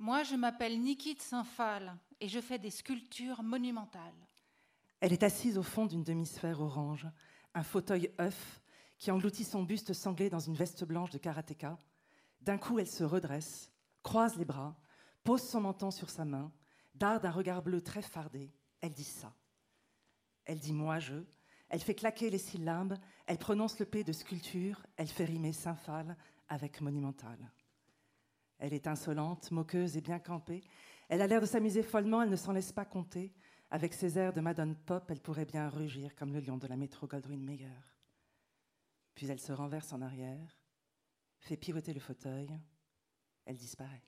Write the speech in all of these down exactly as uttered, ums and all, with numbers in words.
Moi, je m'appelle Niki de Saint-Phal et je fais des sculptures monumentales. Elle est assise au fond d'une demi-sphère orange, un fauteuil œuf qui engloutit son buste sanglé dans une veste blanche de karatéka. D'un coup, elle se redresse, croise les bras, pose son menton sur sa main, darde un regard bleu très fardé. Elle dit ça. Elle dit « moi, je ». Elle fait claquer les syllabes, elle prononce le P de sculpture, elle fait rimer Saint-Phal avec monumental. Elle est insolente, moqueuse et bien campée. Elle a l'air de s'amuser follement, elle ne s'en laisse pas compter. Avec ses airs de Madone Pop, elle pourrait bien rugir comme le lion de la métro Goldwyn-Mayer. Puis elle se renverse en arrière, fait pivoter le fauteuil, elle disparaît.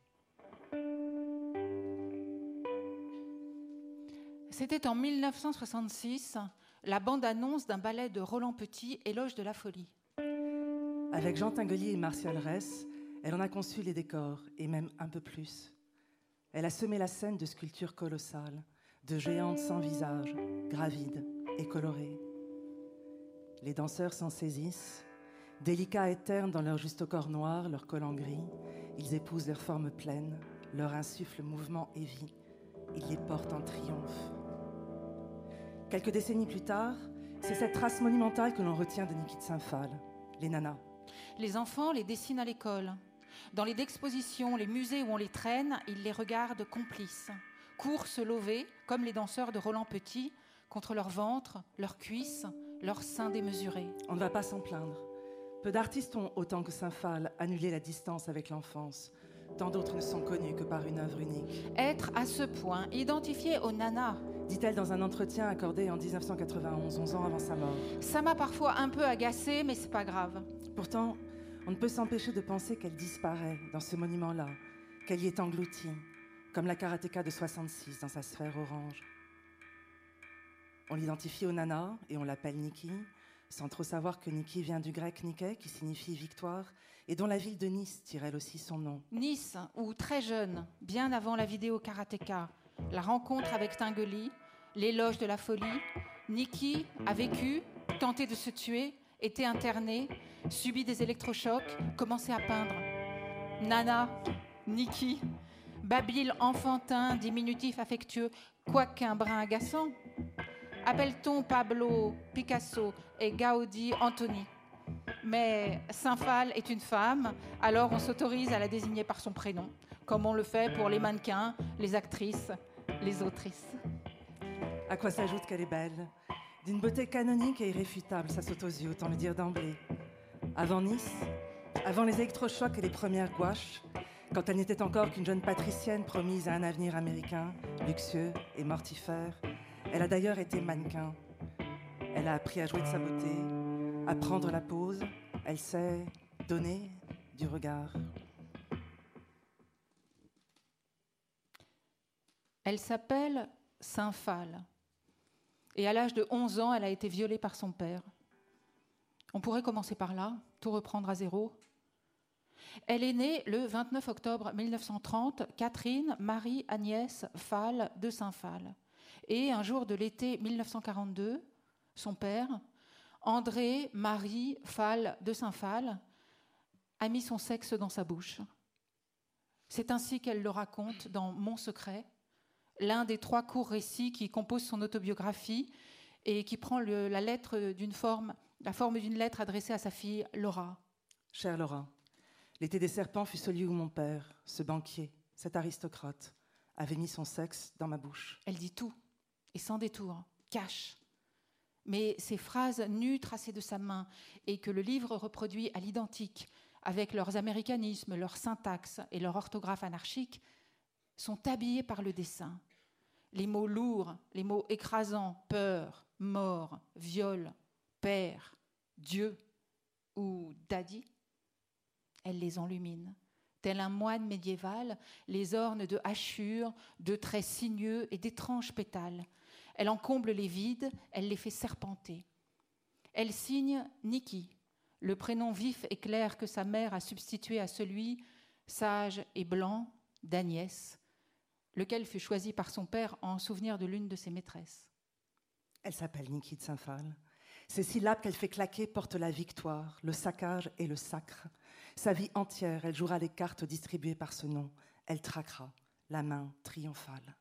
C'était en mille neuf cent soixante-six, la bande-annonce d'un ballet de Roland Petit, Éloge de la folie. Avec Jean Tinguely et Martial Ress, elle en a conçu les décors, et même un peu plus. Elle a semé la scène de sculptures colossales, de géantes sans visage, gravides et colorées. Les danseurs s'en saisissent, délicats et ternes dans leur juste corps noir, leur collant gris. Ils épousent leurs formes pleines, leur insufflent mouvement et vie. Ils les portent en triomphe. Quelques décennies plus tard, c'est cette trace monumentale que l'on retient de Niki de Saint-Phal, les nanas. Les enfants les dessinent à l'école. Dans les expositions, les musées où on les traîne, ils les regardent complices. Courent se lever, comme les danseurs de Roland Petit, contre leur ventre, leurs cuisses, leurs seins démesurés. On ne va pas s'en plaindre. Peu d'artistes ont, autant que Saint-Phal, annulé la distance avec l'enfance. Tant d'autres ne sont connus que par une œuvre unique. Être à ce point identifié aux nanas, dit-elle dans un entretien accordé en dix-neuf cent quatre-vingt-onze, onze ans avant sa mort. Ça m'a parfois un peu agacée, mais c'est pas grave. Pourtant, on ne peut s'empêcher de penser qu'elle disparaît dans ce monument-là, qu'elle y est engloutie, comme la karatéka de soixante-six dans sa sphère orange. On l'identifie au nana et on l'appelle Niki, sans trop savoir que Niki vient du grec Niké, qui signifie victoire, et dont la ville de Nice tire elle aussi son nom. Nice, où très jeune, bien avant la vidéo karatéka, la rencontre avec Tinguely, l'éloge de la folie, Niki a vécu, tenté de se tuer, été internée, subi des électrochocs, commencé à peindre. Nana, Niki, babil enfantin, diminutif affectueux, quoique un brin agaçant. Appelle-t-on Pablo, Picasso et Gaudi Antoni. Mais Saint-Phal est une femme, alors on s'autorise à la désigner par son prénom, comme on le fait pour les mannequins, les actrices, les autrices. À quoi s'ajoute qu'elle est belle, d'une beauté canonique et irréfutable, ça saute aux yeux, autant le dire d'emblée. Avant Nice, avant les électrochocs et les premières gouaches, quand elle n'était encore qu'une jeune patricienne promise à un avenir américain, luxueux et mortifère, elle a d'ailleurs été mannequin. Elle a appris à jouer de sa beauté, à prendre la pose. Elle sait donner du regard. Elle s'appelle Saint-Phal. Et à l'âge de onze ans, elle a été violée par son père. On pourrait commencer par là, tout reprendre à zéro. Elle est née le vingt-neuf octobre mille neuf cent trente, Catherine Marie-Agnès Phal de Saint-Phal. Et un jour de l'été mille neuf cent quarante-deux, son père, André Marie Phal de Saint-Phal, a mis son sexe dans sa bouche. C'est ainsi qu'elle le raconte dans Mon secret, l'un des trois courts récits qui composent son autobiographie et qui prend le, la, lettre d'une forme, la forme d'une lettre adressée à sa fille Laura. Chère Laura, l'été des serpents fut celui où mon père, ce banquier, cet aristocrate, avait mis son sexe dans ma bouche. Elle dit tout, et sans détour, cache. Mais ces phrases nues tracées de sa main et que le livre reproduit à l'identique, avec leurs américanismes, leur syntaxe et leur orthographe anarchique, sont habillés par le dessin. Les mots lourds, les mots écrasants, peur, mort, viol, père, Dieu ou daddy, elle les enlumine. Tel un moine médiéval, les orne de hachures, de traits sinueux et d'étranges pétales. Elle en comble les vides, elle les fait serpenter. Elle signe Niki, le prénom vif et clair que sa mère a substitué à celui, sage et blanc, d'Agnès, lequel fut choisi par son père en souvenir de l'une de ses maîtresses. Elle s'appelle Niki de Saint-Phal. Ces syllabes qu'elle fait claquer portent la victoire, le saccage et le sacre. Sa vie entière, elle jouera les cartes distribuées par ce nom. Elle traquera, la main triomphale.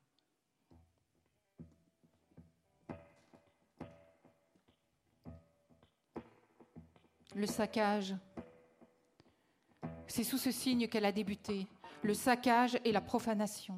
Le saccage. C'est sous ce signe qu'elle a débuté, le saccage et la profanation.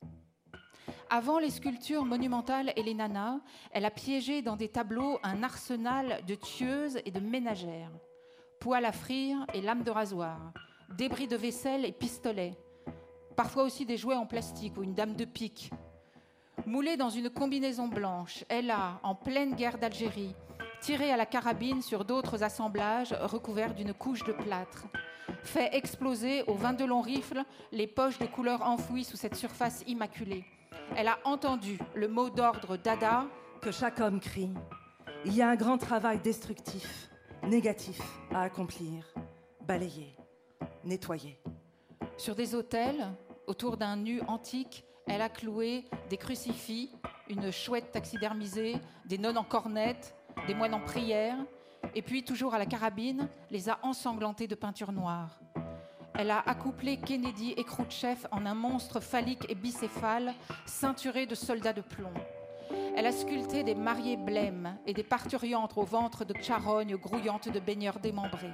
Avant les sculptures monumentales et les nanas, elle a piégé dans des tableaux un arsenal de tueuses et de ménagères, poêles à frire et lames de rasoir, débris de vaisselle et pistolets, parfois aussi des jouets en plastique ou une dame de pique. Moulée dans une combinaison blanche, elle a, en pleine guerre d'Algérie, tiré à la carabine sur d'autres assemblages recouverts d'une couche de plâtre, fait exploser au vingt-deux longs rifles les poches de couleurs enfouies sous cette surface immaculée. Elle a entendu le mot d'ordre Dada. Que chaque homme crie. Il y a un grand travail destructif, négatif à accomplir, balayer, nettoyer. Sur des autels, autour d'un nu antique, elle a cloué des crucifix, une chouette taxidermisée, des nonnes en cornette, des moines en prière, et puis, toujours à la carabine, les a ensanglantés de peinture noire. Elle a accouplé Kennedy et Khrouchtchev en un monstre phallique et bicéphale, ceinturé de soldats de plomb. Elle a sculpté des mariées blêmes et des parturiantes au ventre de charognes grouillantes de baigneurs démembrés.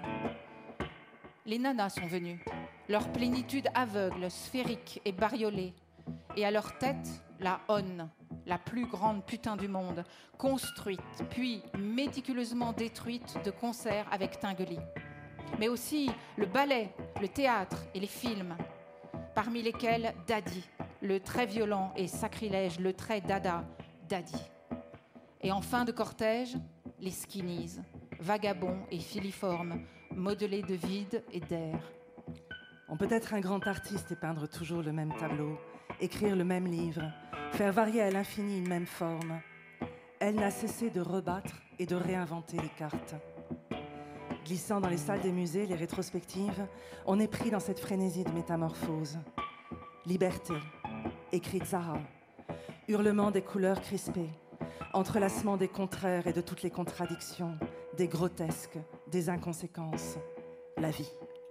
Les nanas sont venues, leur plénitude aveugle, sphérique et bariolée, et à leur tête, la honne, la plus grande putain du monde, construite, puis méticuleusement détruite de concert avec Tinguely. Mais aussi le ballet, le théâtre et les films, parmi lesquels Dadi, le très violent et sacrilège, le très dada, Dadi. Et en fin de cortège, les skinnies, vagabonds et filiformes, modelés de vide et d'air. On peut être un grand artiste et peindre toujours le même tableau, écrire le même livre, faire varier à l'infini une même forme. Elle n'a cessé de rebattre et de réinventer les cartes. Glissant dans les salles des musées, les rétrospectives, on est pris dans cette frénésie de métamorphose. Liberté, écrit Zara, hurlement des couleurs crispées, entrelacement des contraires et de toutes les contradictions, des grotesques, des inconséquences, la vie.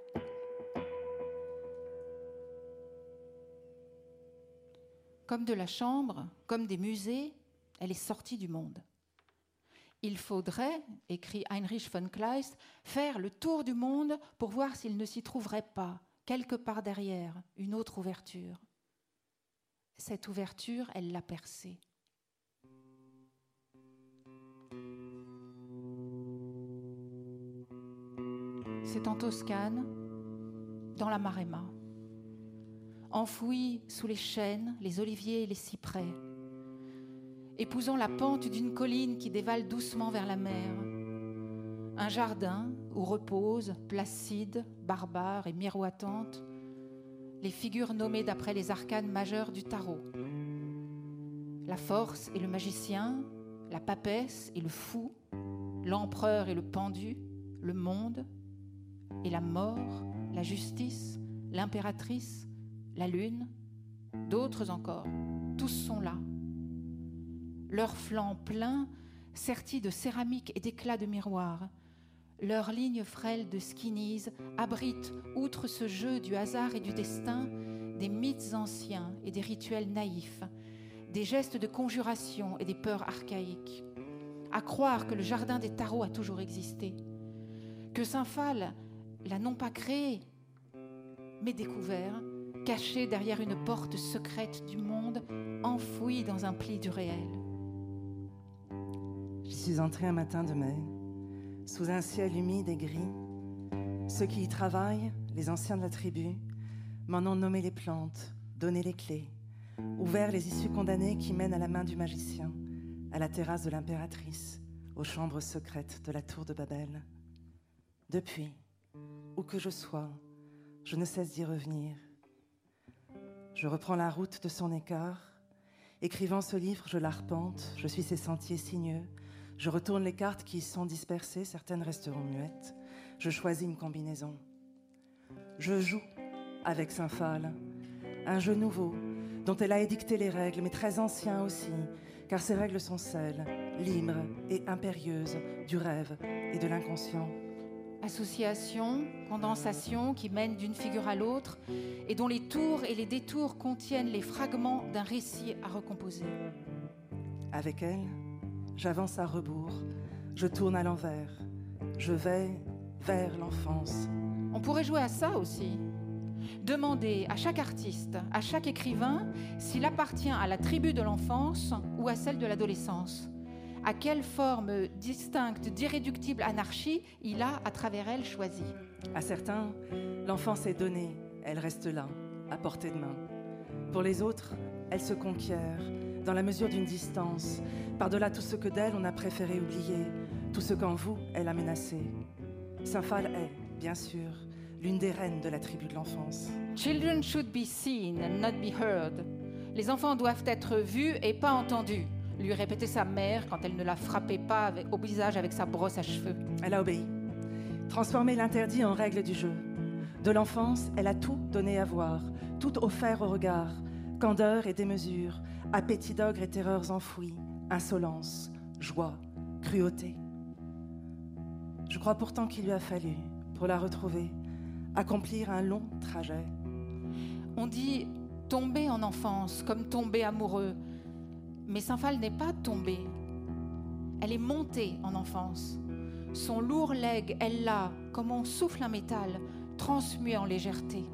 Comme de la chambre, comme des musées, elle est sortie du monde. Il faudrait, écrit Heinrich von Kleist, faire le tour du monde pour voir s'il ne s'y trouverait pas, quelque part derrière, une autre ouverture. Cette ouverture, elle l'a percée. C'est en Toscane, dans la Maremma, enfouie sous les chênes, les oliviers et les cyprès, épousant la pente d'une colline qui dévale doucement vers la mer. Un jardin où reposent, placides, barbares et miroitantes, les figures nommées d'après les arcanes majeures du tarot. La force et le magicien, la papesse et le fou, l'empereur et le pendu, le monde et la mort, la justice, l'impératrice, la lune, d'autres encore, tous sont là. Leurs flancs pleins, sertis de céramique et d'éclats de miroir, leurs lignes frêles de skinnies abritent, outre ce jeu du hasard et du destin, des mythes anciens et des rituels naïfs, des gestes de conjuration et des peurs archaïques. À croire que le jardin des tarots a toujours existé, que Saint-Phal l'a non pas créé, mais découvert, caché derrière une porte secrète du monde, enfouie dans un pli du réel. J'y suis entrée un matin de mai, sous un ciel humide et gris. Ceux qui y travaillent, les anciens de la tribu, m'en ont nommé les plantes, donné les clés, ouvert les issues condamnées qui mènent à la main du magicien, à la terrasse de l'impératrice, aux chambres secrètes de la tour de Babel. Depuis, où que je sois, je ne cesse d'y revenir. Je reprends la route de son écart. Écrivant ce livre, je l'arpente, je suis ses sentiers sinueux. Je retourne les cartes qui y sont dispersées, certaines resteront muettes. Je choisis une combinaison. Je joue avec Saint-Phal, un jeu nouveau, dont elle a édicté les règles, mais très ancien aussi, car ces règles sont celles, libres et impérieuses, du rêve et de l'inconscient. Association, condensation qui mène d'une figure à l'autre et dont les tours et les détours contiennent les fragments d'un récit à recomposer. Avec elle, j'avance à rebours, je tourne à l'envers, je vais vers l'enfance. On pourrait jouer à ça aussi. Demander à chaque artiste, à chaque écrivain, s'il appartient à la tribu de l'enfance ou à celle de l'adolescence. À quelle forme distincte d'irréductible anarchie il a, à travers elle, choisi. À certains, l'enfance est donnée, elle reste là, à portée de main. Pour les autres, elle se conquiert, dans la mesure d'une distance, par-delà tout ce que d'elle on a préféré oublier, tout ce qu'en vous, elle a menacé. Saint-Phal est, bien sûr, l'une des reines de la tribu de l'enfance. Children should be seen and not be heard. Les enfants doivent être vus et pas entendus, lui répétait sa mère quand elle ne la frappait pas avec, au visage avec sa brosse à cheveux. Elle a obéi. Transformé l'interdit en règle du jeu. De l'enfance, elle a tout donné à voir, tout offert au regard, candeur et démesure, appétit d'ogre et terreurs enfouies, insolence, joie, cruauté. Je crois pourtant qu'il lui a fallu, pour la retrouver, accomplir un long trajet. On dit tomber en enfance, comme tomber amoureux. Mais Saint-Phal n'est pas tombée. Elle est montée en enfance. Son lourd legs, elle l'a, comme on souffle un métal, transmué en légèreté.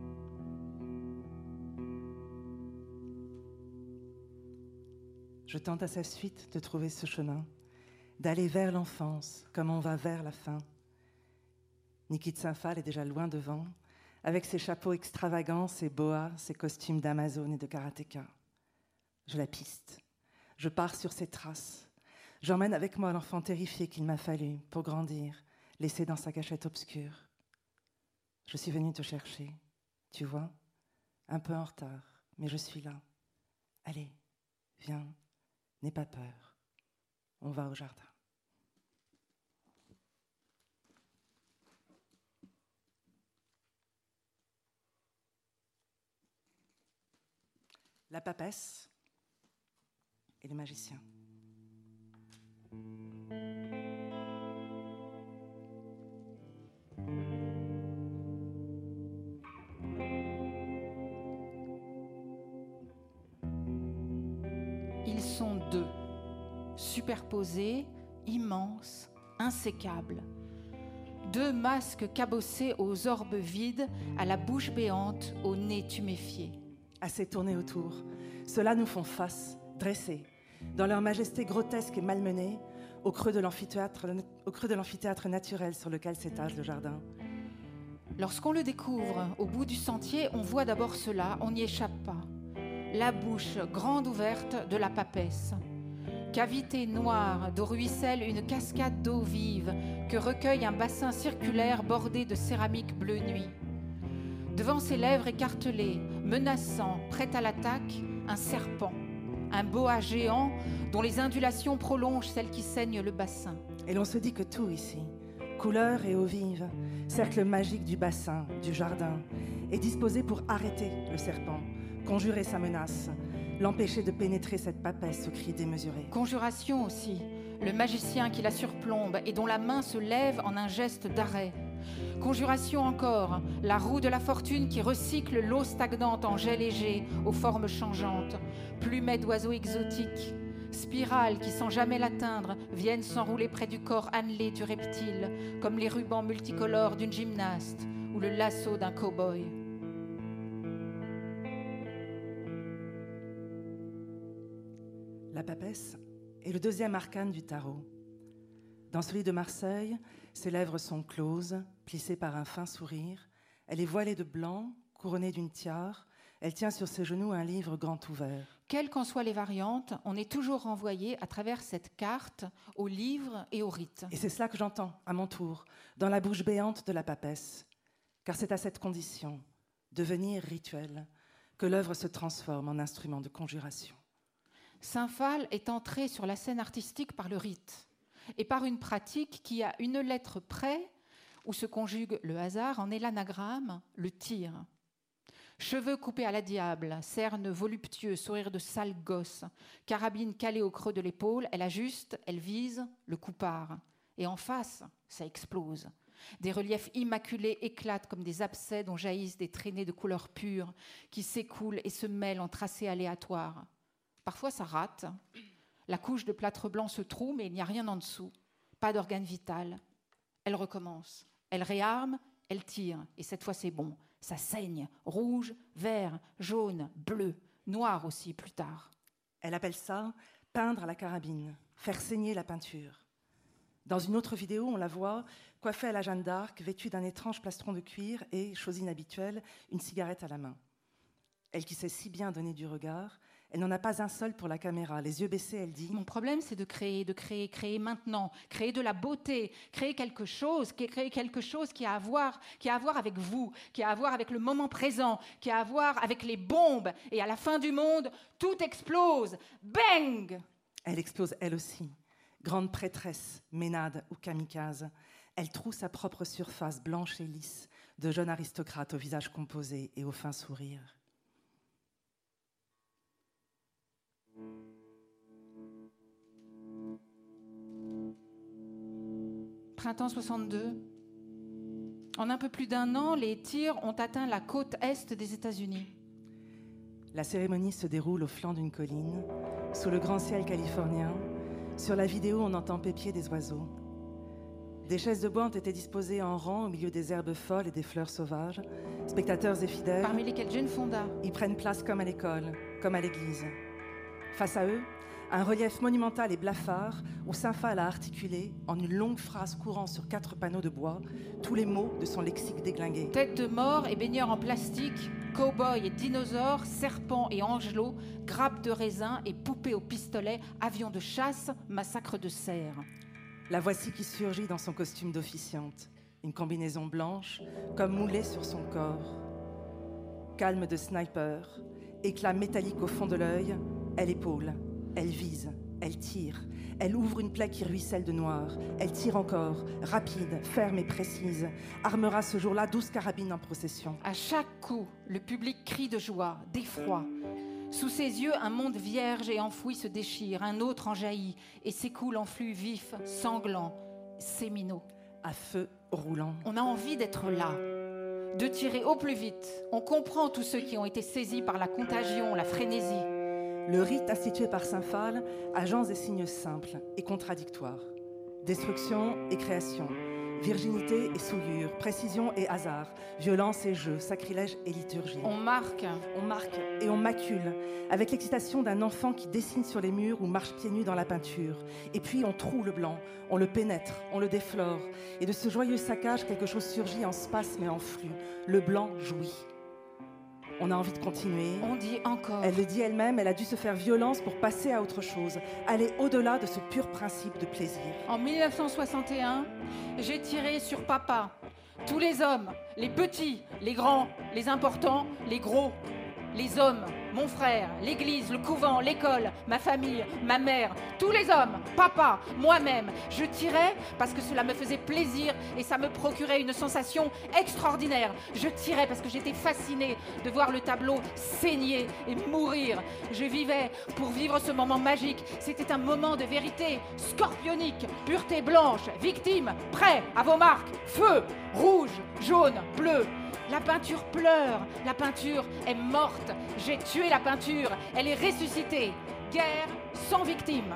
Je tente à sa suite de trouver ce chemin, d'aller vers l'enfance, comme on va vers la fin. Niki de Saint-Phal est déjà loin devant, avec ses chapeaux extravagants, ses boas, ses costumes d'Amazone et de karatéka. Je la piste. Je pars sur ses traces. J'emmène avec moi l'enfant terrifié qu'il m'a fallu pour grandir, laissé dans sa cachette obscure. Je suis venue te chercher, tu vois, un peu en retard, mais je suis là. Allez, viens, n'aie pas peur. On va au jardin. La papesse et le magicien. Ils sont deux, superposés, immenses, insécables. Deux masques cabossés aux orbes vides, à la bouche béante, au nez tuméfié. Assez tournés autour, ceux-là nous font face, dressés, dans leur majesté grotesque et malmenée, au creux de l'amphithéâtre, au creux de l'amphithéâtre naturel sur lequel s'étage le jardin. Lorsqu'on le découvre, au bout du sentier, on voit d'abord cela, on n'y échappe pas. La bouche grande ouverte de la papesse. Cavité noire d'où ruisselle une cascade d'eau vive que recueille un bassin circulaire bordé de céramique bleu nuit. Devant ses lèvres écartelées, menaçant, prêt à l'attaque, un serpent, un boa géant dont les indulations prolongent celles qui saignent le bassin. Et l'on se dit que tout ici, couleur et eau vive, cercle magique du bassin, du jardin, est disposé pour arrêter le serpent, conjurer sa menace, l'empêcher de pénétrer cette papesse aux cris démesurés. Conjuration aussi, le magicien qui la surplombe et dont la main se lève en un geste d'arrêt. Conjuration encore, la roue de la fortune qui recycle l'eau stagnante en jet léger aux formes changeantes, plumets d'oiseaux exotiques, spirales qui sans jamais l'atteindre viennent s'enrouler près du corps annelé du reptile, comme les rubans multicolores d'une gymnaste ou le lasso d'un cow-boy. La papesse est le deuxième arcane du tarot. Dans celui de Marseille, ses lèvres sont closes, plissées par un fin sourire. Elle est voilée de blanc, couronnée d'une tiare. Elle tient sur ses genoux un livre grand ouvert. Quelles qu'en soient les variantes, on est toujours renvoyé à travers cette carte au livre et au rite. Et c'est cela que j'entends, à mon tour, dans la bouche béante de la papesse. Car c'est à cette condition, devenir rituel, que l'œuvre se transforme en instrument de conjuration. Saint-Phal est entré sur la scène artistique par le rite et par une pratique qui, à une lettre près, où se conjugue le hasard, en est l'anagramme, le tir. Cheveux coupés à la diable, cernes voluptueux, sourire de sale gosse, carabine calée au creux de l'épaule, elle ajuste, elle vise, le coup part. Et en face, ça explose. Des reliefs immaculés éclatent comme des abcès dont jaillissent des traînées de couleurs pures qui s'écoulent et se mêlent en tracés aléatoires. Parfois, ça rate. La couche de plâtre blanc se troue, mais il n'y a rien en dessous. Pas d'organe vital. Elle recommence. Elle réarme, elle tire. Et cette fois, c'est bon. Ça saigne. Rouge, vert, jaune, bleu. Noir aussi, plus tard. Elle appelle ça « peindre à la carabine », faire saigner la peinture. Dans une autre vidéo, on la voit coiffée à la Jeanne d'Arc, vêtue d'un étrange plastron de cuir et, chose inhabituelle, une cigarette à la main. Elle qui sait si bien donner du regard, elle n'en a pas un seul pour la caméra. Les yeux baissés, elle dit « Mon problème, c'est de créer, de créer, créer maintenant, créer de la beauté, créer quelque chose, créer quelque chose qui a à voir, qui a à voir avec vous, qui a à voir avec le moment présent, qui a à voir avec les bombes. Et à la fin du monde, tout explose. Bang !» Elle explose elle aussi. Grande prêtresse, ménade ou kamikaze, elle troue sa propre surface blanche et lisse de jeune aristocrate au visage composé et au fin sourire. Printemps soixante-deux. En un peu plus d'un an, les tirs ont atteint la côte est des États-Unis. La cérémonie se déroule au flanc d'une colline, sous le grand ciel californien. Sur la vidéo, on entend pépier des oiseaux. Des chaises de bois ont été disposées en rang au milieu des herbes folles et des fleurs sauvages. Spectateurs et fidèles, parmi lesquels Jane Fonda, ils prennent place comme à l'école, comme à l'église. Face à eux, un relief monumental et blafard où Saint-Phal a articulé, en une longue phrase courant sur quatre panneaux de bois, tous les mots de son lexique déglingué. Tête de mort et baigneurs en plastique, cow-boys et dinosaures, serpents et angelots, grappes de raisin et poupées au pistolet, avions de chasse, massacre de cerfs. La voici qui surgit dans son costume d'officiante, une combinaison blanche, comme moulée sur son corps. Calme de sniper, éclat métallique au fond de l'œil, elle épaule. Elle vise, elle tire, elle ouvre une plaie qui ruisselle de noir, elle tire encore, rapide, ferme et précise, armera ce jour-là douze carabines en procession. À chaque coup, le public crie de joie, d'effroi. Sous ses yeux, un monde vierge et enfoui se déchire, un autre en jaillit et s'écoule en flux vifs, sanglants, séminaux. À feu roulant. On a envie d'être là, de tirer au plus vite. On comprend tous ceux qui ont été saisis par la contagion, la frénésie. Le rite institué par Saint-Phal, agence des signes simples et contradictoires. Destruction et création, virginité et souillure, précision et hasard, violence et jeu, sacrilège et liturgie. On marque. On marque et on macule, avec l'excitation d'un enfant qui dessine sur les murs ou marche pieds nus dans la peinture. Et puis on troue le blanc, on le pénètre, on le déflore. Et de ce joyeux saccage, quelque chose surgit en spasme et en flux. Le blanc jouit. On a envie de continuer. On dit encore. Elle le dit elle-même, elle a dû se faire violence pour passer à autre chose, aller au-delà de ce pur principe de plaisir. En mille neuf cent soixante et un, j'ai tiré sur papa. Tous les hommes, les petits, les grands, les importants, les gros. Les hommes, mon frère, l'église, le couvent, l'école, ma famille, ma mère, tous les hommes, papa, moi-même. Je tirais parce que cela me faisait plaisir et ça me procurait une sensation extraordinaire. Je tirais parce que j'étais fascinée de voir le tableau saigner et mourir. Je vivais pour vivre ce moment magique. C'était un moment de vérité scorpionique, pureté blanche, victime, prêt, à vos marques, feu, rouge, jaune, bleu. La peinture pleure, la peinture est morte. J'ai tué la peinture, elle est ressuscitée. Guerre sans victime.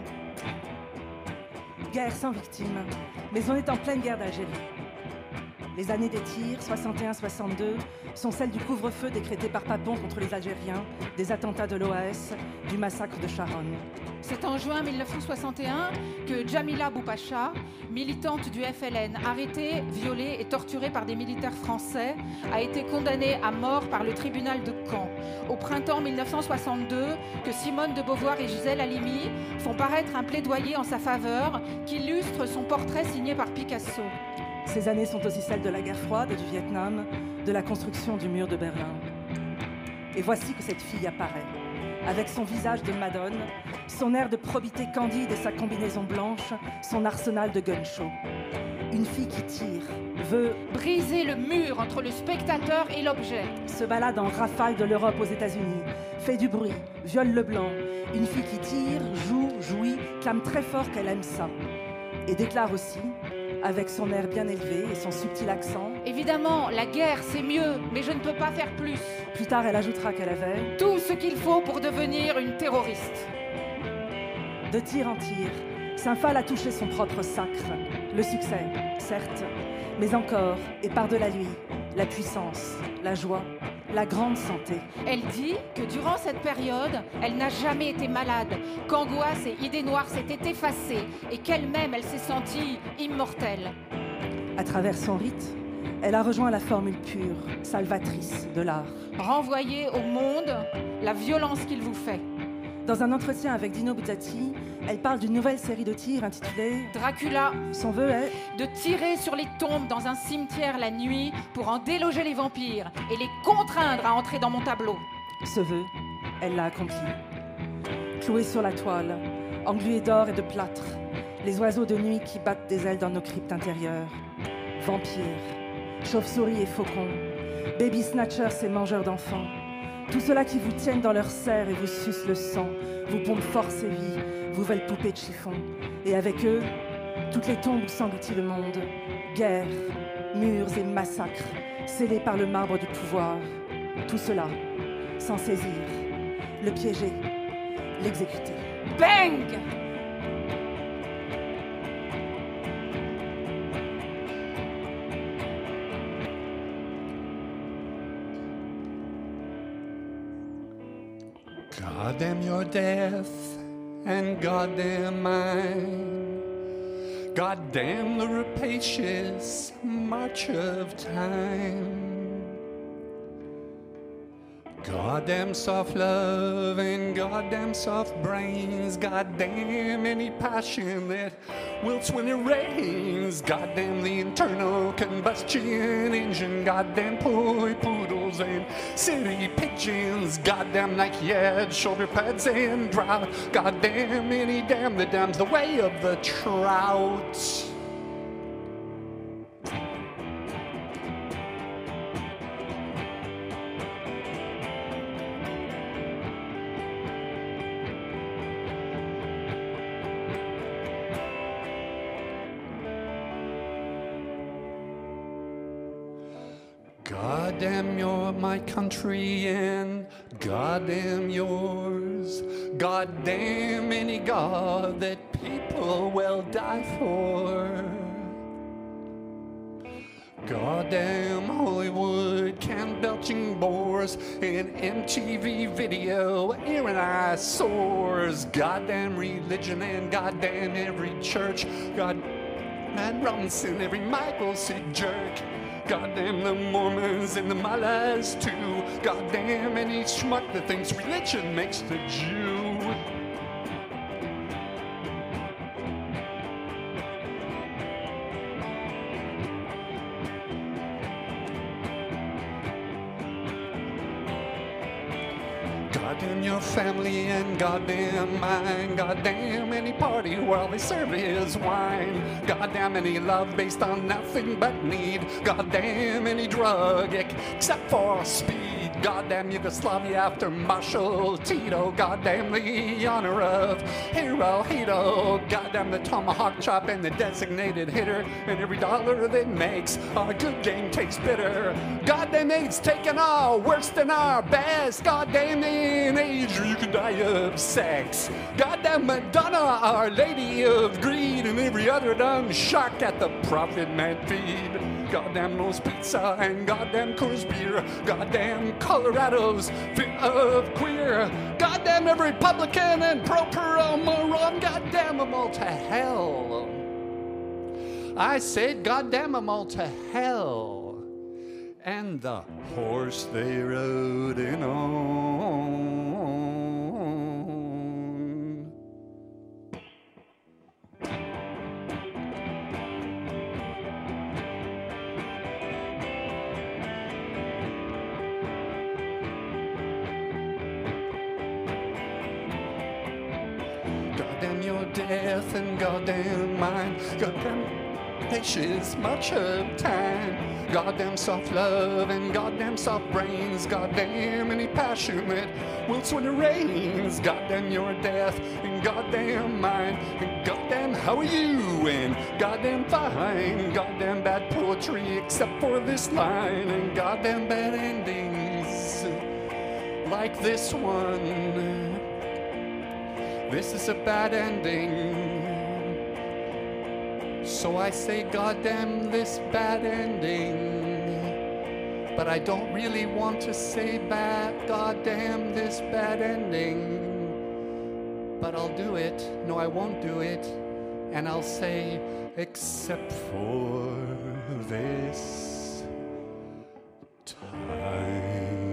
Guerre sans victime, mais on est en pleine guerre d'Algérie. Les années des tirs, soixante et un soixante-deux, sont celles du couvre-feu décrété par Papon contre les Algériens, des attentats de l'O A S, du massacre de Charonne. C'est en juin mille neuf cent soixante et un que Djamila Boupacha, militante du F L N, arrêtée, violée et torturée par des militaires français, a été condamnée à mort par le tribunal de Caen. Au printemps mille neuf cent soixante-deux, que Simone de Beauvoir et Gisèle Halimi font paraître un plaidoyer en sa faveur qui illustre son portrait signé par Picasso. Ces années sont aussi celles de la guerre froide et du Vietnam, de la construction du mur de Berlin. Et voici que cette fille apparaît, avec son visage de madone, son air de probité candide et sa combinaison blanche, son arsenal de gun show. Une fille qui tire, veut briser le mur entre le spectateur et l'objet. Se balade en rafale de l'Europe aux États-Unis, fait du bruit, viole le blanc. Une fille qui tire, joue, jouit, clame très fort qu'elle aime ça. Et déclare aussi, avec son air bien élevé et son subtil accent. Évidemment, la guerre, c'est mieux, mais je ne peux pas faire plus. Plus tard, elle ajoutera qu'elle avait tout ce qu'il faut pour devenir une terroriste. De tir en tir, Saint-Phal a touché son propre sacre. Le succès, certes, mais encore, et par-delà lui, la puissance, la joie, la grande santé. Elle dit que durant cette période, elle n'a jamais été malade, qu'angoisse et idées noires s'étaient effacées et qu'elle-même, elle s'est sentie immortelle. À travers son rite, elle a rejoint la formule pure, salvatrice de l'art. Renvoyer au monde la violence qu'il vous fait. Dans un entretien avec Dino Buzzati, elle parle d'une nouvelle série de tirs intitulée Dracula. Son vœu est de tirer sur les tombes dans un cimetière la nuit pour en déloger les vampires et les contraindre à entrer dans mon tableau. Ce vœu, elle l'a accompli. Clouée sur la toile, engluée d'or et de plâtre, les oiseaux de nuit qui battent des ailes dans nos cryptes intérieures. Vampires, chauves-souris et faucons, baby snatchers et mangeurs d'enfants, tout cela qui vous tiennent dans leur serre et vous sucent le sang, vous pompent force et vie, vous veulent poupées de chiffon. Et avec eux, toutes les tombes où s'engloutit le monde, guerres, murs et massacres, scellés par le marbre du pouvoir. Tout cela, sans saisir, le piéger, l'exécuter. Bang! God damn your death, and God damn mine. God damn the rapacious march of time. Goddamn soft love and goddamn soft brains. Goddamn any passion that wilts when it rains. Goddamn the internal combustion engine. Goddamn toy poodles and city pigeons. Goddamn Nike-Ed shoulder pads and drought. Goddamn any dam that dams the way of the trout. Goddamn you're my country and goddamn yours. Goddamn any god that people will die for. Goddamn Hollywood, can belching bores, and M T V video, Aaron eyesores. Goddamn religion and goddamn every church. God, Matt Robinson, every Michael C. jerk. Goddamn the Mormons and the Mullahs too. Goddamn any schmuck that thinks religion makes the Jew. Goddamn your family and goddamn mine. Goddamn any party while they serve his wine. Goddamn any love based on nothing but need. Goddamn any drug except for speed. Goddamn Yugoslavia after Marshal Tito. Goddamn the honor of Hirohito. Goddamn the tomahawk chop and the designated hitter. And every dollar they makes a good game tastes bitter. Goddamn AIDS taking all worse than our best. Goddamn in age or you can die of sex. Goddamn Madonna, Our Lady of Greed, and every other dumb shark at the profit man feed. Goddamn Moe's Pizza and goddamn Coors Beer. Goddamn Colorado's fit of queer. Goddamn every Republican and pro-pro moron. Goddamn them all to hell. I said goddamn them all to hell. And the horse they rode in on. Goddamn your death and goddamn mine. Goddamn patience much of time. Goddamn soft love and goddamn soft brains. Goddamn any passion that wilts when it rains. Goddamn your death and goddamn mine. And goddamn how are you? And goddamn fine. Goddamn bad poetry except for this line. And goddamn bad endings like this one. This is a bad ending. So I say goddamn this bad ending. But I don't really want to say bad goddamn this bad ending. But I'll do it. No, I won't do it. And I'll say except for this time.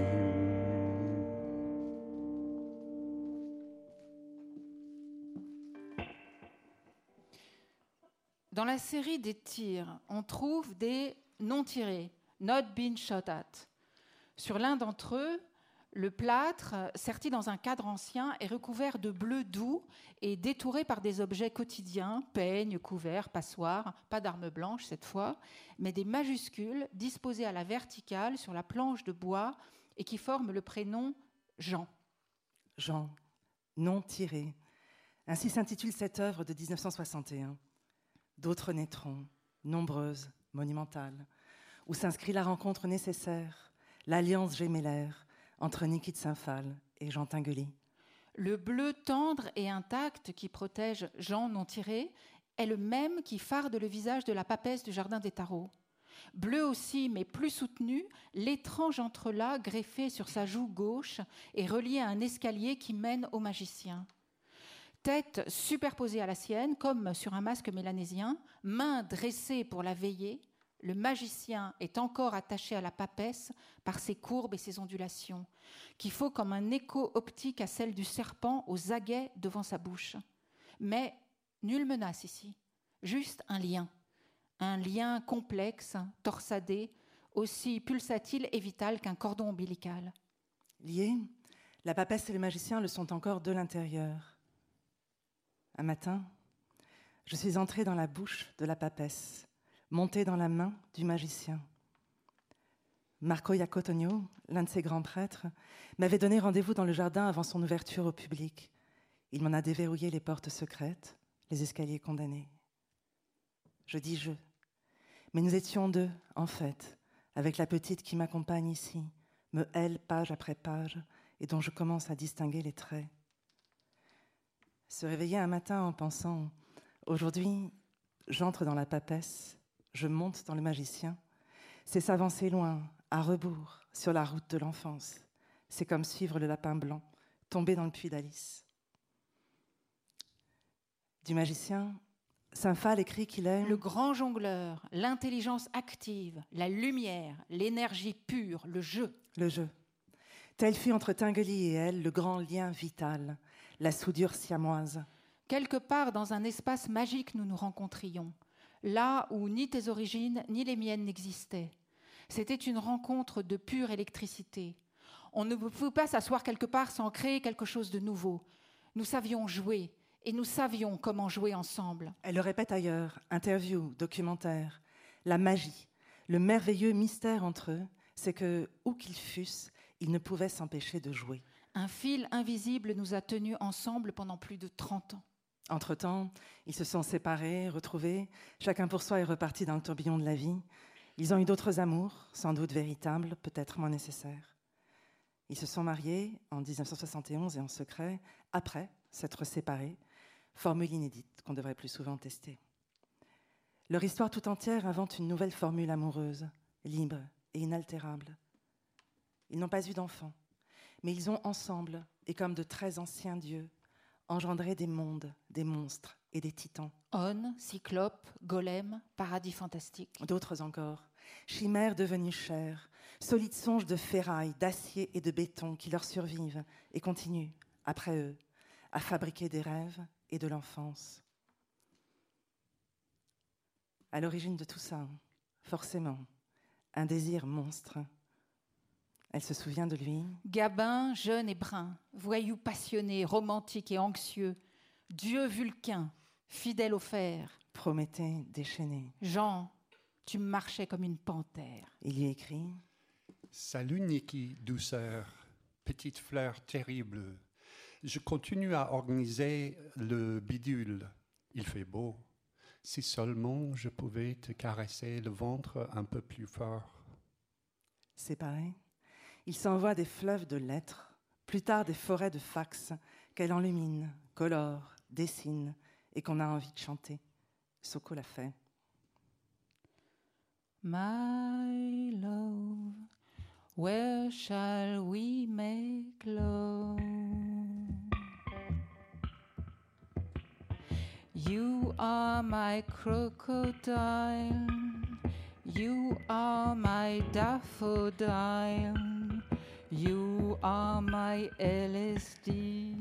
Dans la série des tirs, on trouve des non tirés, not been shot at. Sur l'un d'entre eux, le plâtre, serti dans un cadre ancien, est recouvert de bleu doux et détouré par des objets quotidiens, peignes, couverts, passoires, pas d'armes blanches cette fois, mais des majuscules disposées à la verticale sur la planche de bois et qui forment le prénom Jean. Jean, non tiré. Ainsi s'intitule cette œuvre de dix-neuf cent soixante et un. D'autres naîtront, nombreuses, monumentales, où s'inscrit la rencontre nécessaire, l'alliance gémellaire entre Niki de Saint-Phal et Jean Tinguely. Le bleu tendre et intact qui protège Jean non tiré est le même qui farde le visage de la papesse du jardin des Tarots. Bleu aussi, mais plus soutenu, l'étrange entrelac greffé sur sa joue gauche est relié à un escalier qui mène au magicien. Tête superposée à la sienne, comme sur un masque mélanésien, main dressée pour la veiller, le magicien est encore attaché à la papesse par ses courbes et ses ondulations, qui font comme un écho optique à celle du serpent aux aguets devant sa bouche. Mais nulle menace ici, juste un lien, un lien complexe, torsadé, aussi pulsatile et vital qu'un cordon ombilical. Liés, la papesse et le magicien le sont encore de l'intérieur. Un matin, je suis entrée dans la bouche de la papesse, montée dans la main du magicien. Marco Iacotonio, l'un de ses grands prêtres, m'avait donné rendez-vous dans le jardin avant son ouverture au public. Il m'en a déverrouillé les portes secrètes, les escaliers condamnés. Je dis « je », mais nous étions deux, en fait, avec la petite qui m'accompagne ici, me hèle page après page, et dont je commence à distinguer les traits. Se réveiller un matin en pensant « aujourd'hui, j'entre dans la papesse, je monte dans le magicien », c'est s'avancer loin, à rebours, sur la route de l'enfance. C'est comme suivre le lapin blanc, tomber dans le puits d'Alice. Du magicien, Saint-Phal écrit qu'il est le grand jongleur, l'intelligence active, la lumière, l'énergie pure, le jeu. Le jeu. Tel fut entre Tinguely et elle le grand lien vital, la soudure siamoise. Quelque part dans un espace magique nous nous rencontrions, là où ni tes origines ni les miennes n'existaient. C'était une rencontre de pure électricité. On ne pouvait pas s'asseoir quelque part sans créer quelque chose de nouveau. Nous savions jouer et nous savions comment jouer ensemble. Elle le répète ailleurs, interview, documentaire. La magie, le merveilleux mystère entre eux, c'est que, où qu'ils fussent, ils ne pouvaient s'empêcher de jouer. Un fil invisible nous a tenus ensemble pendant plus de trente ans. Entre-temps, ils se sont séparés, retrouvés. Chacun pour soi est reparti dans le tourbillon de la vie. Ils ont eu d'autres amours, sans doute véritables, peut-être moins nécessaires. Ils se sont mariés en dix-neuf cent soixante et onze et en secret, après s'être séparés. Formule inédite qu'on devrait plus souvent tester. Leur histoire tout entière invente une nouvelle formule amoureuse, libre et inaltérable. Ils n'ont pas eu d'enfants, mais ils ont ensemble, et comme de très anciens dieux, engendré des mondes, des monstres et des titans. On, cyclope, golem, paradis fantastique. D'autres encore, chimères devenues chairs, solides songes de ferraille, d'acier et de béton qui leur survivent et continuent, après eux, à fabriquer des rêves et de l'enfance. À l'origine de tout ça, forcément, un désir monstre. Elle se souvient de lui. Gabin, jeune et brun, voyou passionné, romantique et anxieux, dieu vulcain, fidèle au fer. Prométhée déchaîné. Jean, tu marchais comme une panthère. Il y écrit Salut Niki, douceur, petite fleur terrible. Je continue à organiser le bidule. Il fait beau. Si seulement je pouvais te caresser le ventre un peu plus fort. séparés. Il s'envoie des fleuves de lettres, plus tard des forêts de fax qu'elle enlumine, colore, dessine et qu'on a envie de chanter. Soko l'a fait. My love, where shall we make love? You are my crocodile, you are my daffodil, you are my L S D.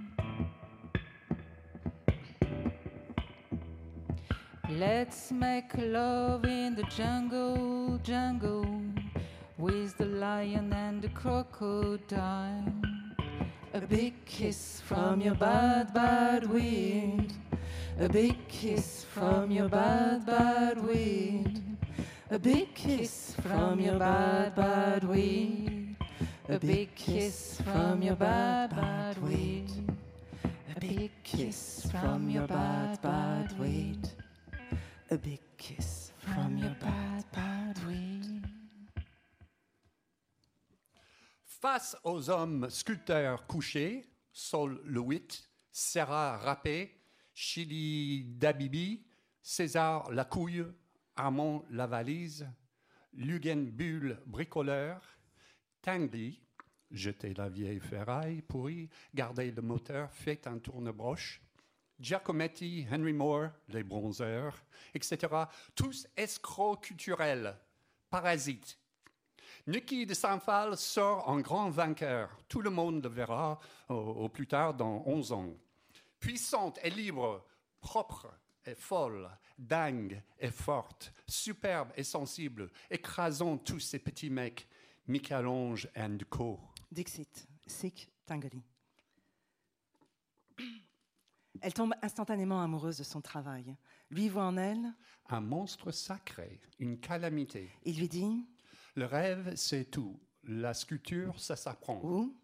Let's make love in the jungle, jungle, with the lion and the crocodile. A big kiss from your bad, bad wind. A big kiss from your bad, bad wind. A big kiss from your bad, bad wind. A big kiss from your bad, bad wind. A big kiss from your bad, bad wind. A big kiss From your bad, bad wind. Face aux hommes sculpteurs couchés, Sol Lewitt, Serra Rappé, Chili Dabibi, César Lacouille, Armand Lavalise, Lugen Bull bricoleur, Tanguy, jeter la vieille ferraille pourrie, garder le moteur, fait un tourne-broche, Giacometti, Henry Moore, les bronzeurs, et cetera. Tous escrocs culturels, parasites. Niki de Saint-Phal sort en grand vainqueur. Tout le monde le verra au, au plus tard dans onze ans. Puissante et libre, propre et folle, dingue et forte, superbe et sensible, écrasant tous ces petits mecs, Michel-Ange and co. Dixit, Sick Tanguy. Elle tombe instantanément amoureuse de son travail. Lui voit en elle un monstre sacré, une calamité. Il lui dit Le rêve, c'est tout. La sculpture, ça s'apprend. Où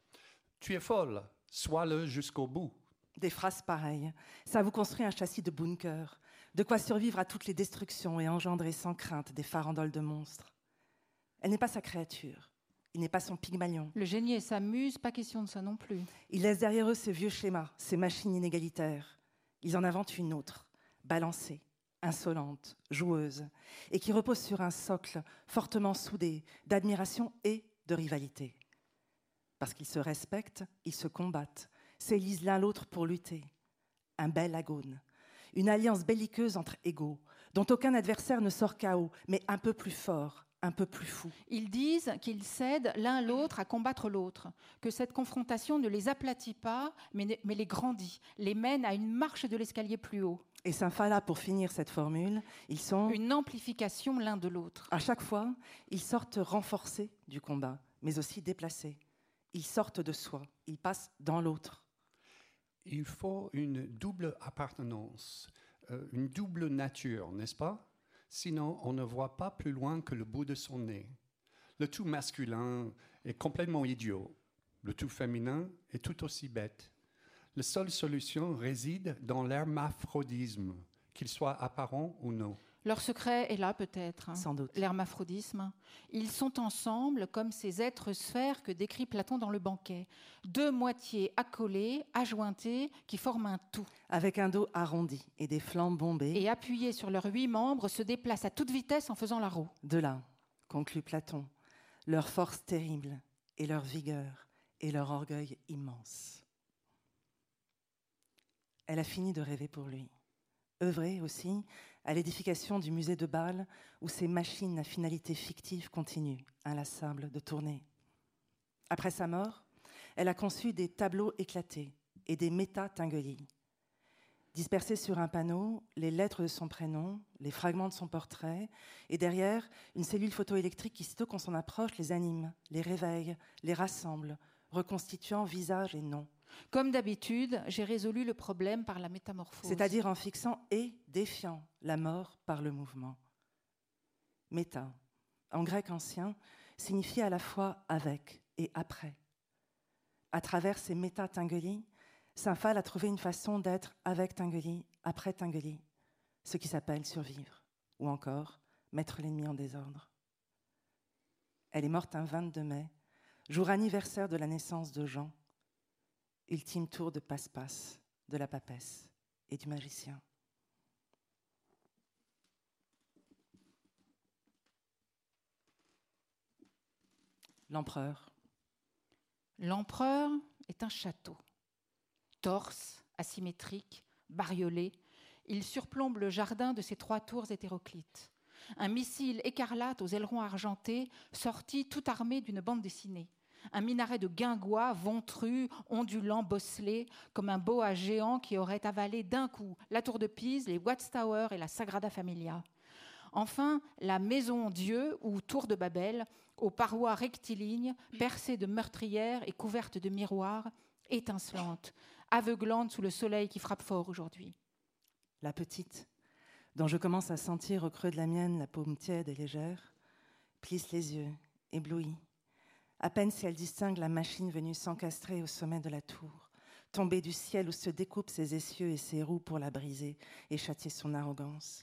Tu es folle, sois-le jusqu'au bout. Des phrases pareilles. Ça vous construit un châssis de bunker. De quoi survivre à toutes les destructions et engendrer sans crainte des farandoles de monstres. Elle n'est pas sa créature. Il n'est pas son Pygmalion. Le génie et sa muse, pas question de ça non plus. Ils laissent derrière eux ces vieux schémas, ces machines inégalitaires. Ils en inventent une autre, balancée, insolente, joueuse, et qui repose sur un socle fortement soudé d'admiration et de rivalité. Parce qu'ils se respectent, ils se combattent, s'élisent l'un l'autre pour lutter. Un bel agone, une alliance belliqueuse entre égaux, dont aucun adversaire ne sort K O, mais un peu plus fort, un peu plus fou. Ils disent qu'ils cèdent l'un l'autre à combattre l'autre, que cette confrontation ne les aplatit pas, mais, mais les grandit, les mène à une marche de l'escalier plus haut. Et Saint-Phala, pour finir cette formule, ils sont... Une amplification l'un de l'autre. À chaque fois, ils sortent renforcés du combat, mais aussi déplacés. Ils sortent de soi, ils passent dans l'autre. Il faut une double appartenance, euh, une double nature, n'est-ce pas? Sinon, on ne voit pas plus loin que le bout de son nez. Le tout masculin est complètement idiot. Le tout féminin est tout aussi bête. La seule solution réside dans l'hermaphrodisme, qu'il soit apparent ou non. Leur secret est là peut-être, hein, Sans doute. l'hermaphrodisme. Ils sont ensemble comme ces êtres sphères que décrit Platon dans le banquet. Deux moitiés accolées, ajointées, qui forment un tout. Avec un dos arrondi et des flancs bombés. Et appuyés sur leurs huit membres, se déplacent à toute vitesse en faisant la roue. De là, conclut Platon, leur force terrible et leur vigueur et leur orgueil immense. Elle a fini de rêver pour lui. Œuvrer aussi à l'édification du musée de Bâle, où ces machines à finalité fictive continuent, inlassables, de tourner. Après sa mort, elle a conçu des tableaux éclatés et des méta-Tinguely. Dispersés sur un panneau, les lettres de son prénom, les fragments de son portrait, et derrière, une cellule photoélectrique qui, sitôt qu'on s'en approche, les anime, les réveille, les rassemble, reconstituant visage et nom. Comme d'habitude, j'ai résolu le problème par la métamorphose. C'est-à-dire en fixant et défiant la mort par le mouvement. Méta, en grec ancien, signifie à la fois avec et après. À travers ces méta-Tinguely, saint Phal a trouvé une façon d'être avec Tinguely, après Tinguely, ce qui s'appelle survivre, ou encore mettre l'ennemi en désordre. Elle est morte un vingt-deux mai, jour anniversaire de la naissance de Jean, ultime tour de passe-passe de la papesse et du magicien. L'empereur. L'empereur est un château. Torse, asymétrique, bariolé, il surplombe le jardin de ses trois tours hétéroclites. Un missile écarlate aux ailerons argentés, sorti tout armé d'une bande dessinée. Un minaret de guingois, ventru, ondulant, bosselé, comme un boa géant qui aurait avalé d'un coup la tour de Pise, les Watchtower et la Sagrada Familia. Enfin, la maison Dieu, ou tour de Babel, aux parois rectilignes, percées de meurtrières et couvertes de miroirs, étincelantes, aveuglantes sous le soleil qui frappe fort aujourd'hui. La petite, dont je commence à sentir au creux de la mienne la paume tiède et légère, plisse les yeux, éblouie, à peine si elle distingue la machine venue s'encastrer au sommet de la tour, tomber du ciel où se découpent ses essieux et ses roues pour la briser et châtier son arrogance.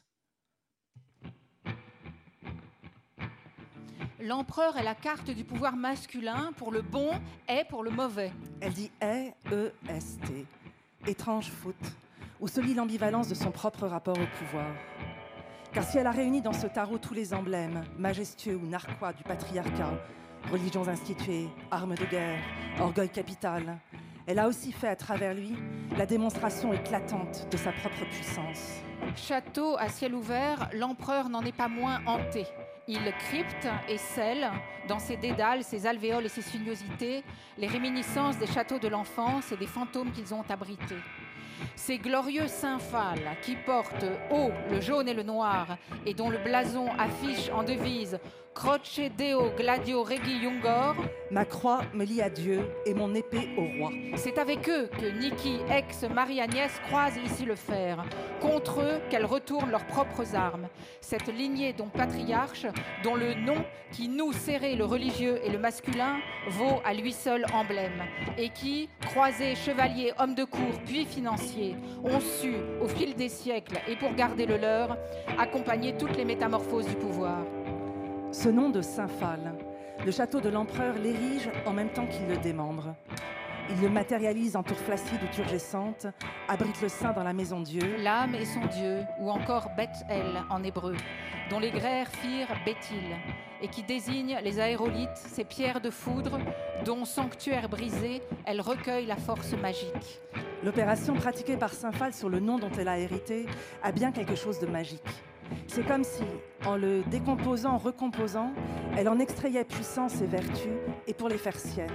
L'empereur est la carte du pouvoir masculin pour le bon et pour le mauvais. Elle dit est, E, S, T. Étrange faute, où se lit l'ambivalence de son propre rapport au pouvoir. Car si elle a réuni dans ce tarot tous les emblèmes, majestueux ou narquois du patriarcat, religions instituées, armes de guerre, orgueil capital, elle a aussi fait à travers lui la démonstration éclatante de sa propre puissance. Château à ciel ouvert, l'empereur n'en est pas moins hanté. Il crypte et scelle, dans ses dédales, ses alvéoles et ses sinuosités, les réminiscences des châteaux de l'enfance et des fantômes qu'ils ont abrités. Ces glorieux saint Phal qui portent haut le jaune et le noir et dont le blason affiche en devise Croce Deo Gladio Regi Jungor. Ma croix me lie à Dieu et mon épée au roi. C'est avec eux que Niki, ex-Marie-Agnès, croise ici le fer. Contre eux qu'elles retournent leurs propres armes. Cette lignée dont patriarche, dont le nom qui noue serré le religieux et le masculin, vaut à lui seul emblème. Et qui, croisés, chevaliers, hommes de cour, puis financiers, ont su, au fil des siècles et pour garder le leur, accompagner toutes les métamorphoses du pouvoir. Ce nom de saint Phal, le château de l'empereur l'érige en même temps qu'il le démembre. Il le matérialise en tour flaccide ou turgescente, abrite le saint dans la maison Dieu. L'âme est son Dieu, ou encore Beth-El en hébreu, dont les Grairs firent Béthil, et qui désigne les aérolites, ces pierres de foudre, dont sanctuaire brisé, elle recueille la force magique. L'opération pratiquée par saint Phal sur le nom dont elle a hérité a bien quelque chose de magique. C'est comme si, en le décomposant, recomposant, elle en extrayait puissance et vertu, et pour les faire siennes.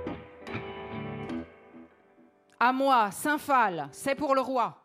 À moi, saint Phal, c'est pour le roi.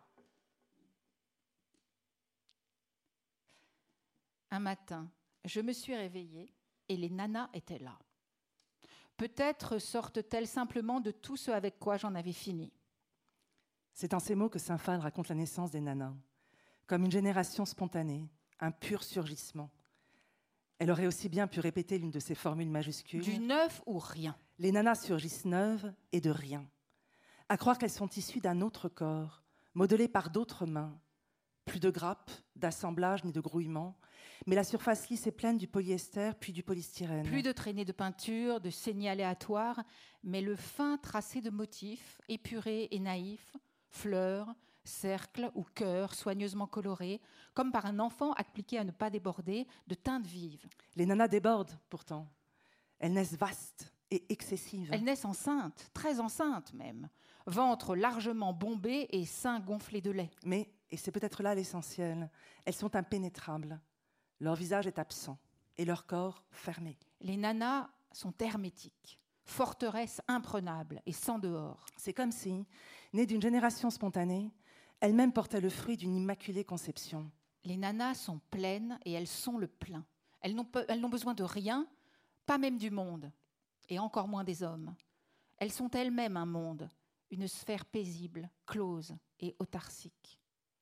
Un matin, je me suis réveillée et les nanas étaient là. Peut-être sortent-elles simplement de tout ce avec quoi j'en avais fini. C'est en ces mots que saint Phal raconte la naissance des nanas, comme une génération spontanée, un pur surgissement. Elle aurait aussi bien pu répéter l'une de ses formules majuscules. Du neuf ou rien. Les nanas surgissent neuves et de rien. À croire qu'elles sont issues d'un autre corps, modelées par d'autres mains. Plus de grappes, d'assemblage ni de grouillement, mais la surface lisse et pleine du polyester puis du polystyrène. Plus de traînées de peinture, de saignées aléatoires, mais le fin tracé de motifs, épurés et naïfs, fleurs, cercles ou cœurs soigneusement colorés, comme par un enfant appliqué à ne pas déborder, de teintes vives. Les nanas débordent pourtant. Elles naissent vastes et excessives. Elles naissent enceintes, très enceintes même, ventre largement bombé et seins gonflés de lait. Mais, et c'est peut-être là l'essentiel, elles sont impénétrables. Leur visage est absent et leur corps fermé. Les nanas sont hermétiques, forteresses imprenables et sans dehors. C'est comme si, nées d'une génération spontanée, elles-mêmes portaient le fruit d'une immaculée conception. Les nanas sont pleines et elles sont le plein. Elles n'ont, elles n'ont besoin de rien, pas même du monde, et encore moins des hommes. Elles sont elles-mêmes un monde, une sphère paisible, close et autarcique.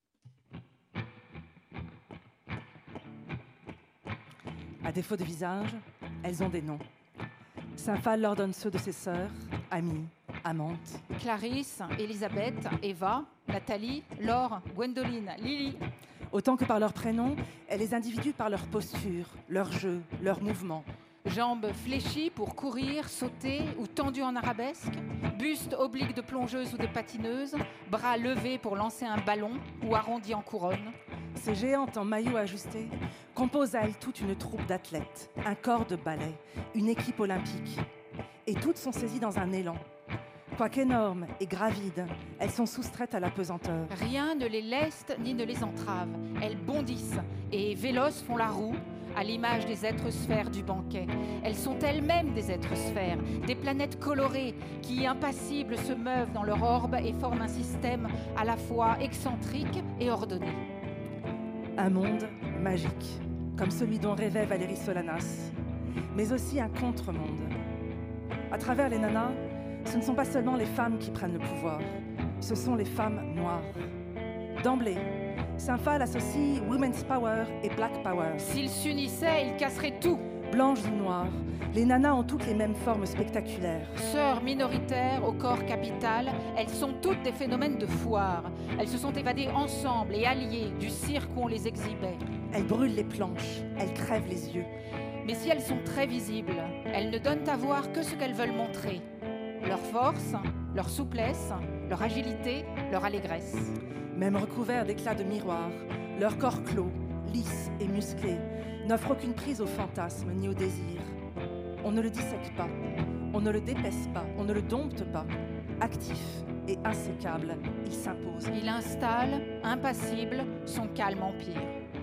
À défaut de visage, elles ont des noms. Saint-Phal leur donne ceux de ses sœurs, amies, amantes. Clarisse, Elisabeth, Eva, Nathalie, Laure, Gwendoline, Lily. Autant que par leurs prénoms, elle les individue par leur posture, leur jeu, leurs mouvements. Jambes fléchies pour courir, sauter ou tendues en arabesque, buste oblique de plongeuse ou de patineuse, bras levés pour lancer un ballon ou arrondis en couronne. Ces géantes en maillot ajusté composent à elles toute une troupe d'athlètes, un corps de ballet, une équipe olympique. Et toutes sont saisies dans un élan. Quoiqu'énormes et gravides, elles sont soustraites à la pesanteur. Rien ne les leste ni ne les entrave. Elles bondissent et véloces font la roue, à l'image des êtres sphères du banquet. Elles sont elles-mêmes des êtres sphères, des planètes colorées qui, impassibles, se meuvent dans leur orbe et forment un système à la fois excentrique et ordonné. Un monde magique, comme celui dont rêvait Valérie Solanas, mais aussi un contre-monde. À travers les nanas, ce ne sont pas seulement les femmes qui prennent le pouvoir, ce sont les femmes noires. D'emblée, Saint-Phal associe Women's Power et Black Power. S'ils s'unissaient, ils casseraient tout. Blanches ou noires, les nanas ont toutes les mêmes formes spectaculaires. Sœurs minoritaires au corps capital, elles sont toutes des phénomènes de foire. Elles se sont évadées ensemble et alliées du cirque où on les exhibait. Elles brûlent les planches, elles crèvent les yeux. Mais si elles sont très visibles, elles ne donnent à voir que ce qu'elles veulent montrer. Leur force, leur souplesse, leur agilité, leur allégresse. Même recouverts d'éclats de miroir, leur corps clos, lisse et musclé, n'offre aucune prise au fantasme ni au désir. On ne le dissèque pas, on ne le d'épaisse pas, on ne le dompte pas. Actif et insécable, il s'impose. Il installe, impassible, son calme empire.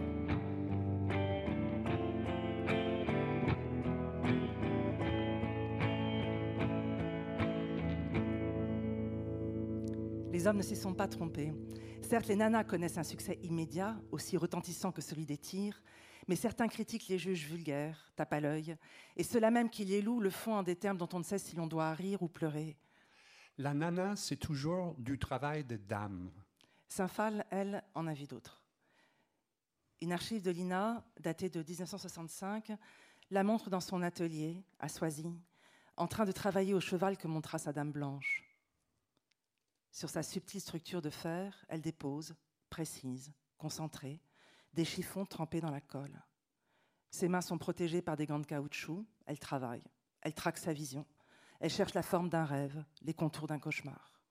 Les hommes ne s'y sont pas trompés. Certes, les nanas connaissent un succès immédiat, aussi retentissant que celui des tirs, mais certains critiques les jugent vulgaires, tapent à l'œil, et ceux-là même qui les louent le font en des termes dont on ne sait si l'on doit rire ou pleurer. La nana, c'est toujours du travail de dame. Saint-Phal, elle, en a vu d'autres. Une archive de l'I N A, datée de dix-neuf cent soixante-cinq, la montre dans son atelier, à Soisy, en train de travailler au cheval que montra sa dame blanche. Sur sa subtile structure de fer, elle dépose, précise, concentrée, des chiffons trempés dans la colle. Ses mains sont protégées par des gants de caoutchouc. Elle travaille, elle traque sa vision. Elle cherche la forme d'un rêve, les contours d'un cauchemar.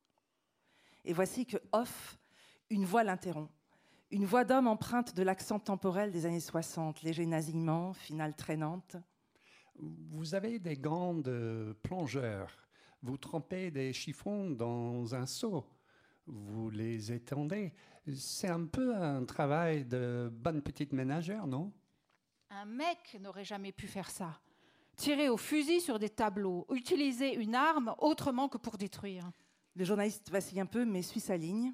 Et voici que, off, une voix l'interrompt. Une voix d'homme empreinte de l'accent temporel des années soixante, léger nasillement, finale traînante. Vous avez des gants de plongeur. Vous trempez des chiffons dans un seau. Vous les étendez. C'est un peu un travail de bonne petite ménagère, non? Un mec n'aurait jamais pu faire ça. Tirer au fusil sur des tableaux, utiliser une arme autrement que pour détruire. Le journaliste vacille un peu, mais suit sa ligne.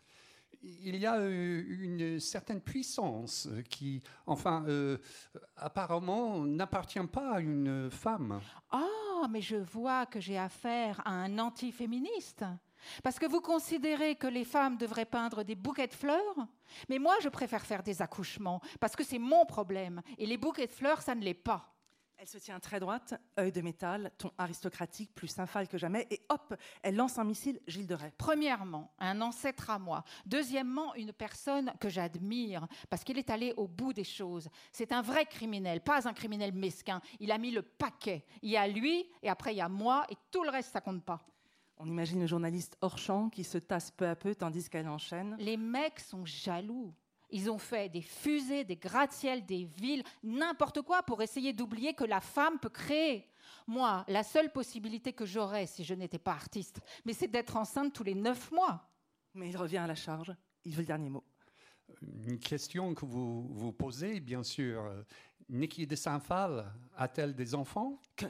Il y a une certaine puissance qui, enfin, euh, apparemment, n'appartient pas à une femme. Ah, mais je vois que j'ai affaire à un anti-féministe. Parce que vous considérez que les femmes devraient peindre des bouquets de fleurs? Mais moi, je préfère faire des accouchements, parce que c'est mon problème. Et les bouquets de fleurs, ça ne l'est pas. Elle se tient très droite, œil de métal, ton aristocratique, plus Saint-Phal que jamais, et hop, elle lance un missile Gilles de Rais. Premièrement, un ancêtre à moi. Deuxièmement, une personne que j'admire, parce qu'il est allé au bout des choses. C'est un vrai criminel, pas un criminel mesquin. Il a mis le paquet. Il y a lui, et après il y a moi, et tout le reste, ça compte pas. On imagine le journaliste hors champ qui se tasse peu à peu tandis qu'elle enchaîne. Les mecs sont jaloux. Ils ont fait des fusées, des gratte-ciels, des villes, n'importe quoi pour essayer d'oublier que la femme peut créer. Moi, la seule possibilité que j'aurais si je n'étais pas artiste, mais c'est d'être enceinte tous les neuf mois. Mais il revient à la charge. Il veut le dernier mot. Une question que vous vous posez, bien sûr. Niki de Saint-Phal a-t-elle des enfants? Cut.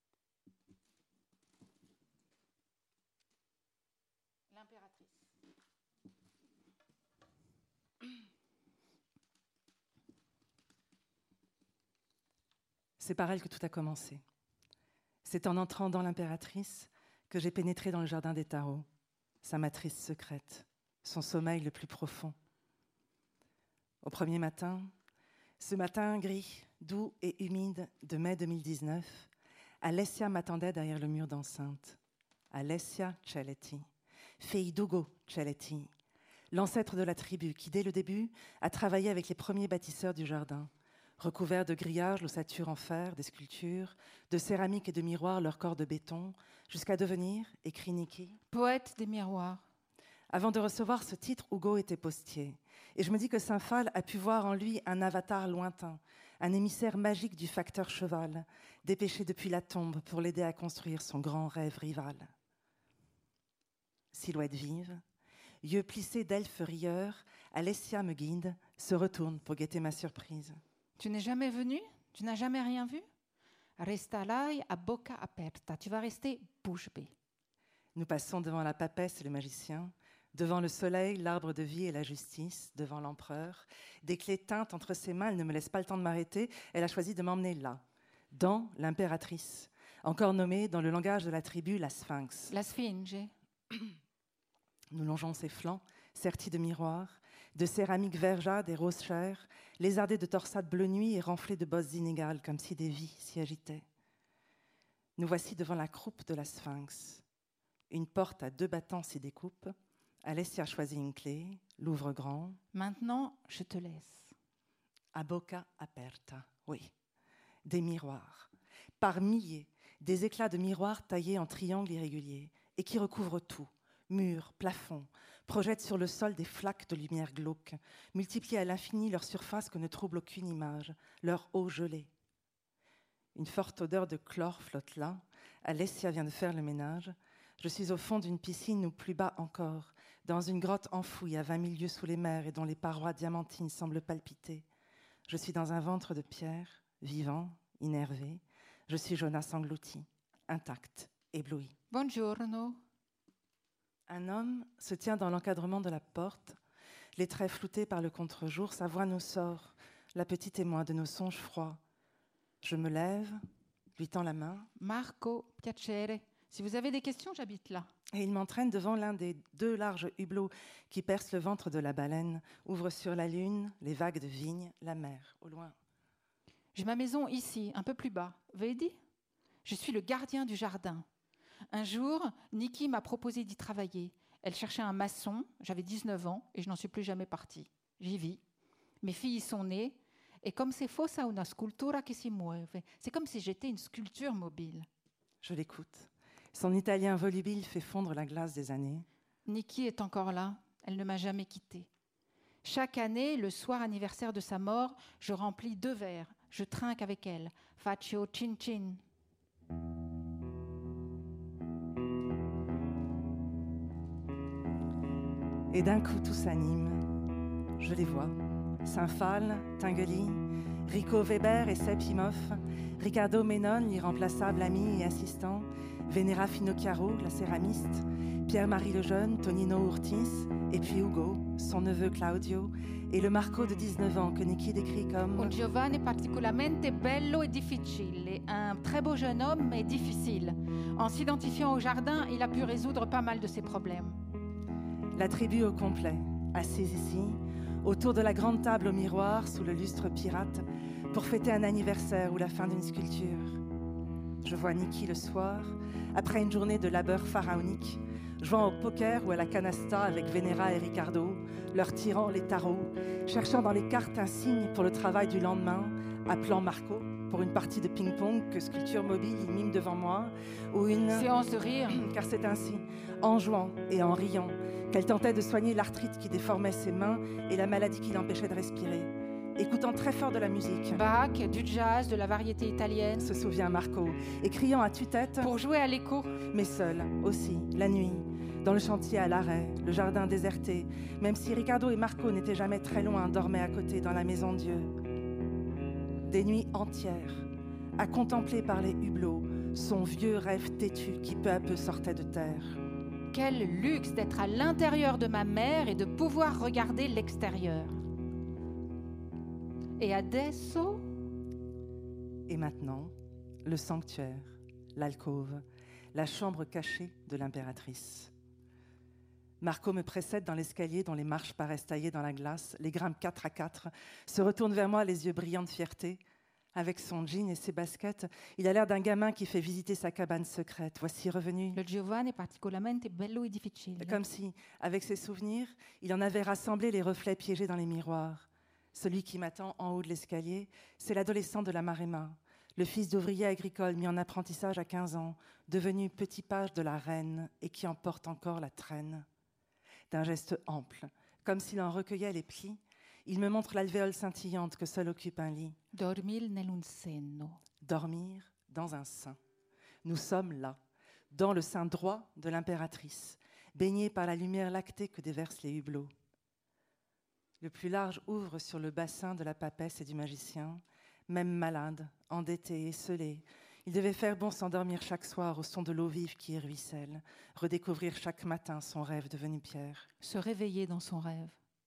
L'impératrice. C'est par elle que tout a commencé. C'est en entrant dans l'impératrice que j'ai pénétré dans le jardin des tarots, sa matrice secrète, son sommeil le plus profond. Au premier matin, ce matin gris, doux et humide de mai deux mille dix-neuf, Alessia m'attendait derrière le mur d'enceinte. Alessia Celletti, fille d'Ugo Celletti, l'ancêtre de la tribu qui, dès le début, a travaillé avec les premiers bâtisseurs du jardin, recouverts de grillages, l'ossature en fer, des sculptures, de céramique et de miroirs, leur corps de béton, jusqu'à devenir, écrit Niki, poète des miroirs. Avant de recevoir ce titre, Ugo était postier. Et je me dis que Saint-Phal a pu voir en lui un avatar lointain, un émissaire magique du facteur cheval, dépêché depuis la tombe pour l'aider à construire son grand rêve rival. Silhouette vive, yeux plissés d'elfe rieur, Alessia me guide, se retourne pour guetter ma surprise. Tu n'es jamais venu? Tu n'as jamais rien vu? Resta là a bocca aperta. Tu vas rester bouche bée. Nous passons devant la papesse et le magicien, devant le soleil, l'arbre de vie et la justice, devant l'empereur. Des clés teintes entre ses mains, elle ne me laisse pas le temps de m'arrêter. Elle a choisi de m'emmener là, dans l'impératrice, encore nommée dans le langage de la tribu la Sphinx. La Sphinge. Nous longeons ses flancs, sertis de miroirs, de céramique vergeade et rose chair, lézardés de torsades bleu nuit et renflés de bosses inégales, comme si des vies s'y agitaient. Nous voici devant la croupe de la Sphinx. Une porte à deux battants s'y découpe. Alessia choisit une clé, l'ouvre grand. Maintenant, je te laisse. A bocca aperta, oui. Des miroirs, par milliers, des éclats de miroirs taillés en triangles irréguliers et qui recouvrent tout. Murs, plafonds, projettent sur le sol des flaques de lumière glauque, multiplient à l'infini leur surface que ne trouble aucune image, leur eau gelée. Une forte odeur de chlore flotte là. Alessia vient de faire le ménage. Je suis au fond d'une piscine ou plus bas encore, dans une grotte enfouie à vingt mille lieues sous les mers et dont les parois diamantines semblent palpiter. Je suis dans un ventre de pierre, vivant, innervé. Je suis Jonas englouti, intact, ébloui. Buongiorno. Un homme se tient dans l'encadrement de la porte, les traits floutés par le contre-jour, sa voix nous sort, la petite témoin de nos songes froids. Je me lève, lui tends la main. Marco, piacere. Si vous avez des questions, j'habite là. Et il m'entraîne devant l'un des deux larges hublots qui percent le ventre de la baleine, ouvrent sur la lune, les vagues de vignes, la mer, au loin. J'ai ma maison ici, un peu plus bas. Vedi? Je suis le gardien du jardin. Un jour, Niki m'a proposé d'y travailler. Elle cherchait un maçon, j'avais dix-neuf ans et je n'en suis plus jamais partie. J'y vis. Mes filles y sont nées et comme se fosse una scultura che si muove, c'est comme si j'étais une sculpture mobile. Je l'écoute. Son italien volubile fait fondre la glace des années. Niki est encore là, elle ne m'a jamais quittée. Chaque année, le soir anniversaire de sa mort, je remplis deux verres, je trinque avec elle. Faccio cin cin. Et d'un coup, tout s'anime. Je les vois. Saint-Phal, Tinguely, Rico Weber et Sepp Imhoff, Riccardo Menon, l'irremplaçable ami et assistant, Venera Finocchiaro, la céramiste, Pierre-Marie Lejeune, Tonino Urtis, et puis Ugo, son neveu Claudio, et le Marco de dix-neuf ans que Niki décrit comme... Un giovane particolarmente bello e difficile, un très beau jeune homme mais difficile. En s'identifiant au jardin, il a pu résoudre pas mal de ses problèmes. La tribu au complet, assise ici, autour de la grande table au miroir, sous le lustre pirate, pour fêter un anniversaire ou la fin d'une sculpture. Je vois Niki le soir, après une journée de labeur pharaonique, jouant au poker ou à la canasta avec Venera et Riccardo, leur tirant les tarots, cherchant dans les cartes un signe pour le travail du lendemain, appelant Marco pour une partie de ping-pong que Sculpture Mobile il mime devant moi, ou une... séance de rire. Car c'est ainsi, en jouant et en riant, qu'elle tentait de soigner l'arthrite qui déformait ses mains et la maladie qui l'empêchait de respirer. Écoutant très fort de la musique. Bach, du jazz, de la variété italienne. Se souvient Marco, et criant à tue-tête. Pour jouer à l'écho. Mais seul, aussi, la nuit, dans le chantier à l'arrêt, le jardin déserté, même si Riccardo et Marco n'étaient jamais très loin, dormaient à côté dans la maison Dieu. Des nuits entières, à contempler par les hublots son vieux rêve têtu qui peu à peu sortait de terre. Quel luxe d'être à l'intérieur de ma mère et de pouvoir regarder l'extérieur. Et adesso? Et maintenant, le sanctuaire, l'alcôve, la chambre cachée de l'impératrice. Marco me précède dans l'escalier dont les marches paraissent taillées dans la glace, les grimpe quatre à quatre, se retourne vers moi les yeux brillants de fierté. Avec son jean et ses baskets, il a l'air d'un gamin qui fait visiter sa cabane secrète. Voici revenu. Le giovane è particolarmente bello e difficile. Comme si, avec ses souvenirs, il en avait rassemblé les reflets piégés dans les miroirs. Celui qui m'attend en haut de l'escalier, c'est l'adolescent de la Maremma, le fils d'ouvrier agricole mis en apprentissage à quinze ans, devenu petit page de la reine et qui en porte encore la traîne. D'un geste ample, comme s'il en recueillait les plis, il me montre l'alvéole scintillante que seul occupe un lit. Dormir nell'un senno. Dormir dans un sein. Nous sommes là, dans le sein droit de l'impératrice, baignés par la lumière lactée que déversent les hublots. Le plus large ouvre sur le bassin de la papesse et du magicien, même malade, endetté, esselé. Il devait faire bon s'endormir chaque soir au son de l'eau vive qui y ruisselle, redécouvrir chaque matin son rêve devenu pierre. Se réveiller dans son rêve.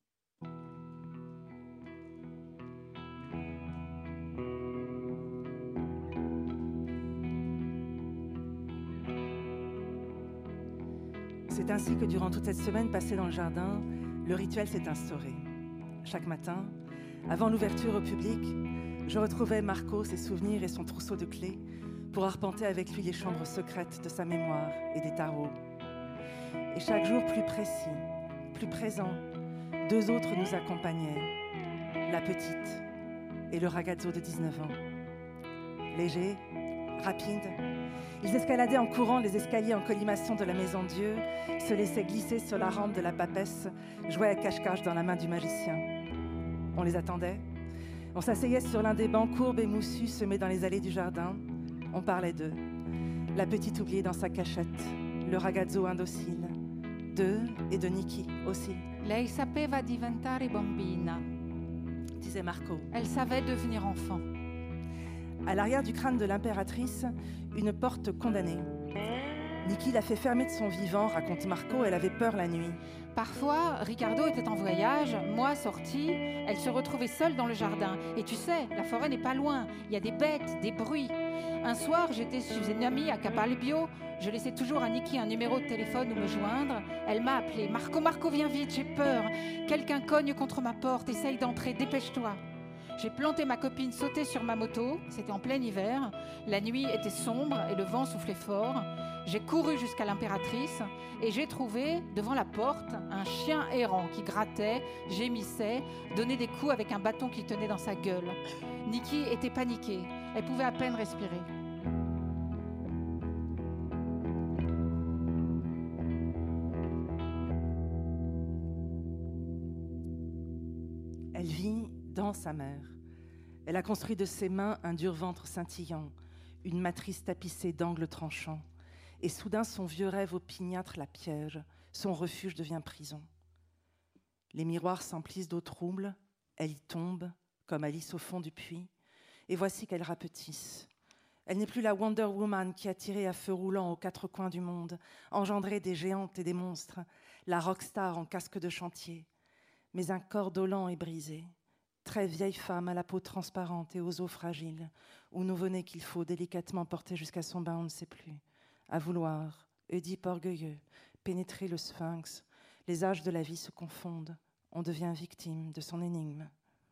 C'est ainsi que durant toute cette semaine passée dans le jardin, le rituel s'est instauré. Chaque matin, avant l'ouverture au public, je retrouvais Marco, ses souvenirs et son trousseau de clés pour arpenter avec lui les chambres secrètes de sa mémoire et des tarots. Et chaque jour plus précis, plus présent, deux autres nous accompagnaient, la petite et le ragazzo de dix-neuf ans. Légers, rapides, ils escaladaient en courant les escaliers en colimaçon de la maison Dieu, se laissaient glisser sur la rampe de la papesse, jouaient à cache-cache dans la main du magicien. On les attendait. On s'asseyait sur l'un des bancs courbes et moussus semés dans les allées du jardin. On parlait d'eux. La petite oubliée dans sa cachette, le ragazzo indocile. D'eux et de Niki aussi. Lei sapeva diventare bambina. Disait Marco. Elle savait devenir enfant. À l'arrière du crâne de l'impératrice, une porte condamnée. Niki l'a fait fermer de son vivant, raconte Marco, elle avait peur la nuit. Parfois, Ricardo était en voyage, moi sortie, elle se retrouvait seule dans le jardin. Et tu sais, la forêt n'est pas loin, il y a des bêtes, des bruits. Un soir, j'étais chez une amie à Capalbio, je laissais toujours à Niki un numéro de téléphone où me joindre. Elle m'a appelé, Marco, Marco, viens vite, j'ai peur. Quelqu'un cogne contre ma porte, essaye d'entrer, dépêche-toi. J'ai planté ma copine, sauté sur ma moto, c'était en plein hiver, la nuit était sombre et le vent soufflait fort. J'ai couru jusqu'à l'impératrice et j'ai trouvé, devant la porte, un chien errant qui grattait, gémissait, donnait des coups avec un bâton qu'il tenait dans sa gueule. Niki était paniquée, elle pouvait à peine respirer. Elle vit dans sa mère. Elle a construit de ses mains un dur ventre scintillant, une matrice tapissée d'angles tranchants. Et soudain, son vieux rêve opiniâtre la piège. Son refuge devient prison. Les miroirs s'emplissent d'eau trouble. Elle y tombe, comme Alice au fond du puits. Et voici qu'elle rapetisse. Elle n'est plus la Wonder Woman qui a tiré à feu roulant aux quatre coins du monde, engendré des géantes et des monstres, la rockstar en casque de chantier. Mais un corps dolent et brisé. Très vieille femme à la peau transparente et aux os fragiles, ou nouveau-né qu'il faut délicatement porter jusqu'à son bain, on ne sait plus. À vouloir, Oedipe orgueilleux, pénétrer le sphinx, les âges de la vie se confondent, on devient victime de son énigme.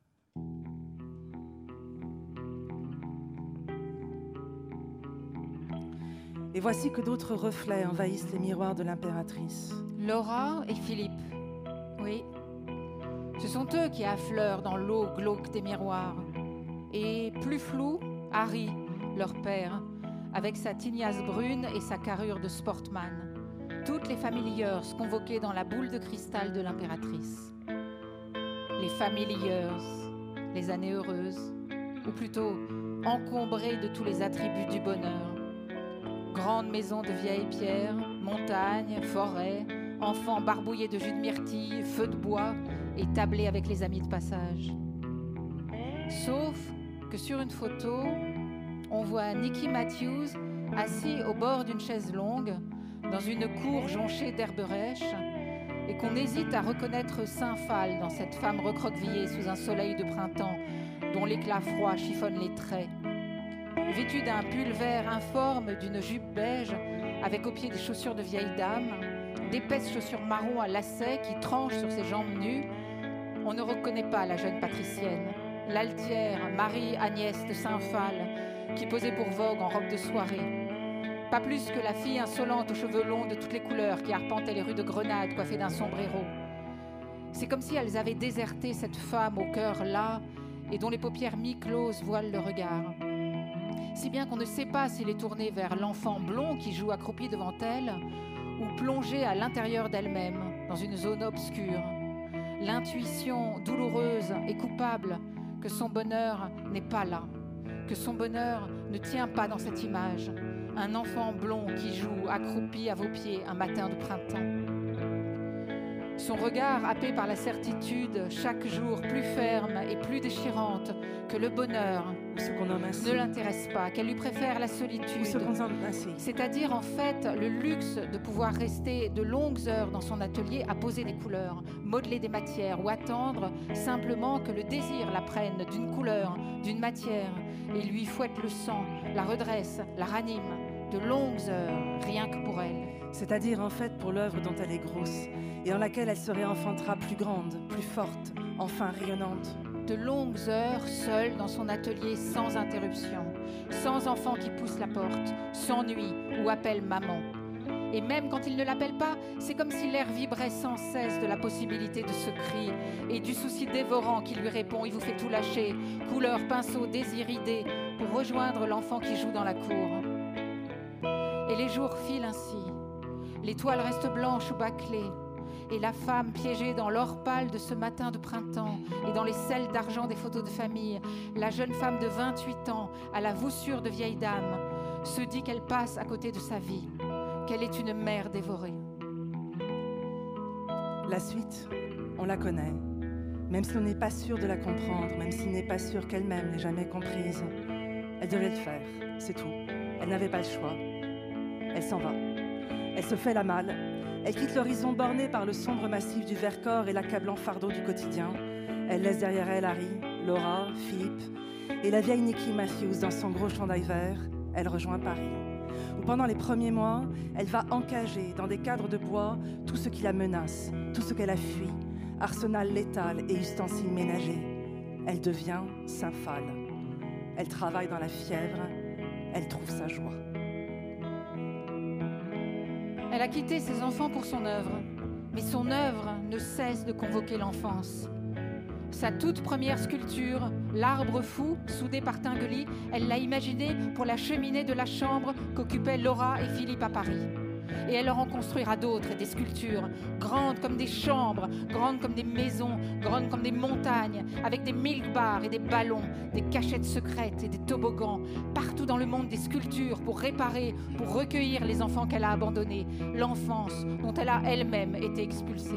Et voici que d'autres reflets envahissent les miroirs de l'impératrice. Laura et Philippe, oui. Ce sont eux qui affleurent dans l'eau glauque des miroirs. Et plus flou, Harry, leur père, avec sa tignasse brune et sa carrure de sportman. Toutes les familiers convoquées dans la boule de cristal de l'impératrice. Les familiers, les années heureuses, ou plutôt encombrées de tous les attributs du bonheur. Grandes maisons de vieilles pierres, montagnes, forêts, enfants barbouillés de jus de myrtille, feux de bois et tablés avec les amis de passage. Sauf que sur une photo, on voit Niki Matthews assis au bord d'une chaise longue, dans une cour jonchée d'herbes rêches, et qu'on hésite à reconnaître Saint-Phal dans cette femme recroquevillée sous un soleil de printemps, dont l'éclat froid chiffonne les traits. vêtue d'un pull vert informe, d'une jupe beige, avec aux pieds des chaussures de vieille dame, d'épaisses chaussures marron à lacets qui tranchent sur ses jambes nues, on ne reconnaît pas la jeune patricienne, l'altière Marie-Agnès de Saint-Phal, qui posait pour Vogue en robe de soirée. Pas plus que la fille insolente aux cheveux longs de toutes les couleurs qui arpentait les rues de Grenade coiffée d'un sombrero. C'est comme si elles avaient déserté cette femme au cœur las et dont les paupières mi-closes voilent le regard. Si bien qu'on ne sait pas s'il est tourné vers l'enfant blond qui joue accroupi devant elle ou plongé à l'intérieur d'elle-même, dans une zone obscure. L'intuition douloureuse et coupable que son bonheur n'est pas là, que son bonheur ne tient pas dans cette image. Un enfant blond qui joue accroupi à vos pieds un matin de printemps. Son regard happé par la certitude, chaque jour plus ferme et plus déchirante que le bonheur, ce qu'on nomme ainsi, ne l'intéresse pas, qu'elle lui préfère la solitude, ce qu'on nomme ainsi, c'est-à-dire en fait le luxe de pouvoir rester de longues heures dans son atelier à poser des couleurs, modeler des matières ou attendre simplement que le désir la prenne d'une couleur, d'une matière et lui fouette le sang, la redresse, la ranime, de longues heures, rien que pour elle. C'est-à-dire en fait pour l'œuvre dont elle est grosse et en laquelle elle se réenfantera plus grande, plus forte, enfin rayonnante. De longues heures, seule dans son atelier sans interruption, sans enfant qui pousse la porte, s'ennuie ou appelle maman. Et même quand il ne l'appelle pas, c'est comme si l'air vibrait sans cesse de la possibilité de ce cri et du souci dévorant qui lui répond « Il vous fait tout lâcher, couleur, pinceau, désir, idée » pour rejoindre l'enfant qui joue dans la cour. Et les jours filent ainsi. Les toiles restent blanches ou bâclées. Et la femme piégée dans l'or pâle de ce matin de printemps et dans les selles d'argent des photos de famille, la jeune femme de vingt-huit ans à la voussure de vieille dame, se dit qu'elle passe à côté de sa vie, qu'elle est une mère dévorée. La suite, on la connaît, même si on n'est pas sûr de la comprendre, même s'il n'est pas sûr qu'elle-même l'ait jamais comprise. Elle devait le faire, c'est tout. Elle n'avait pas le choix. Elle s'en va. Elle se fait la malle. Elle quitte l'horizon borné par le sombre massif du Vercors et l'accablant fardeau du quotidien. Elle laisse derrière elle Harry, Laura, Philippe et la vieille Nikki Matthews dans son gros chandail vert. Elle rejoint Paris, où pendant les premiers mois, elle va encager dans des cadres de bois tout ce qui la menace, tout ce qu'elle a fui, arsenal létal et ustensiles ménagers. Elle devient Saint-Phal. Elle travaille dans la fièvre. Elle trouve sa joie. Elle a quitté ses enfants pour son œuvre, mais son œuvre ne cesse de convoquer l'enfance. Sa toute première sculpture, l'arbre fou, soudé par Tinguely, elle l'a imaginé pour la cheminée de la chambre qu'occupaient Laura et Philippe à Paris. Et elle leur en construira d'autres, des sculptures, grandes comme des chambres, grandes comme des maisons, grandes comme des montagnes, avec des milk bars et des ballons, des cachettes secrètes et des toboggans, partout dans le monde des sculptures pour réparer, pour recueillir les enfants qu'elle a abandonnés, l'enfance dont elle a elle-même été expulsée.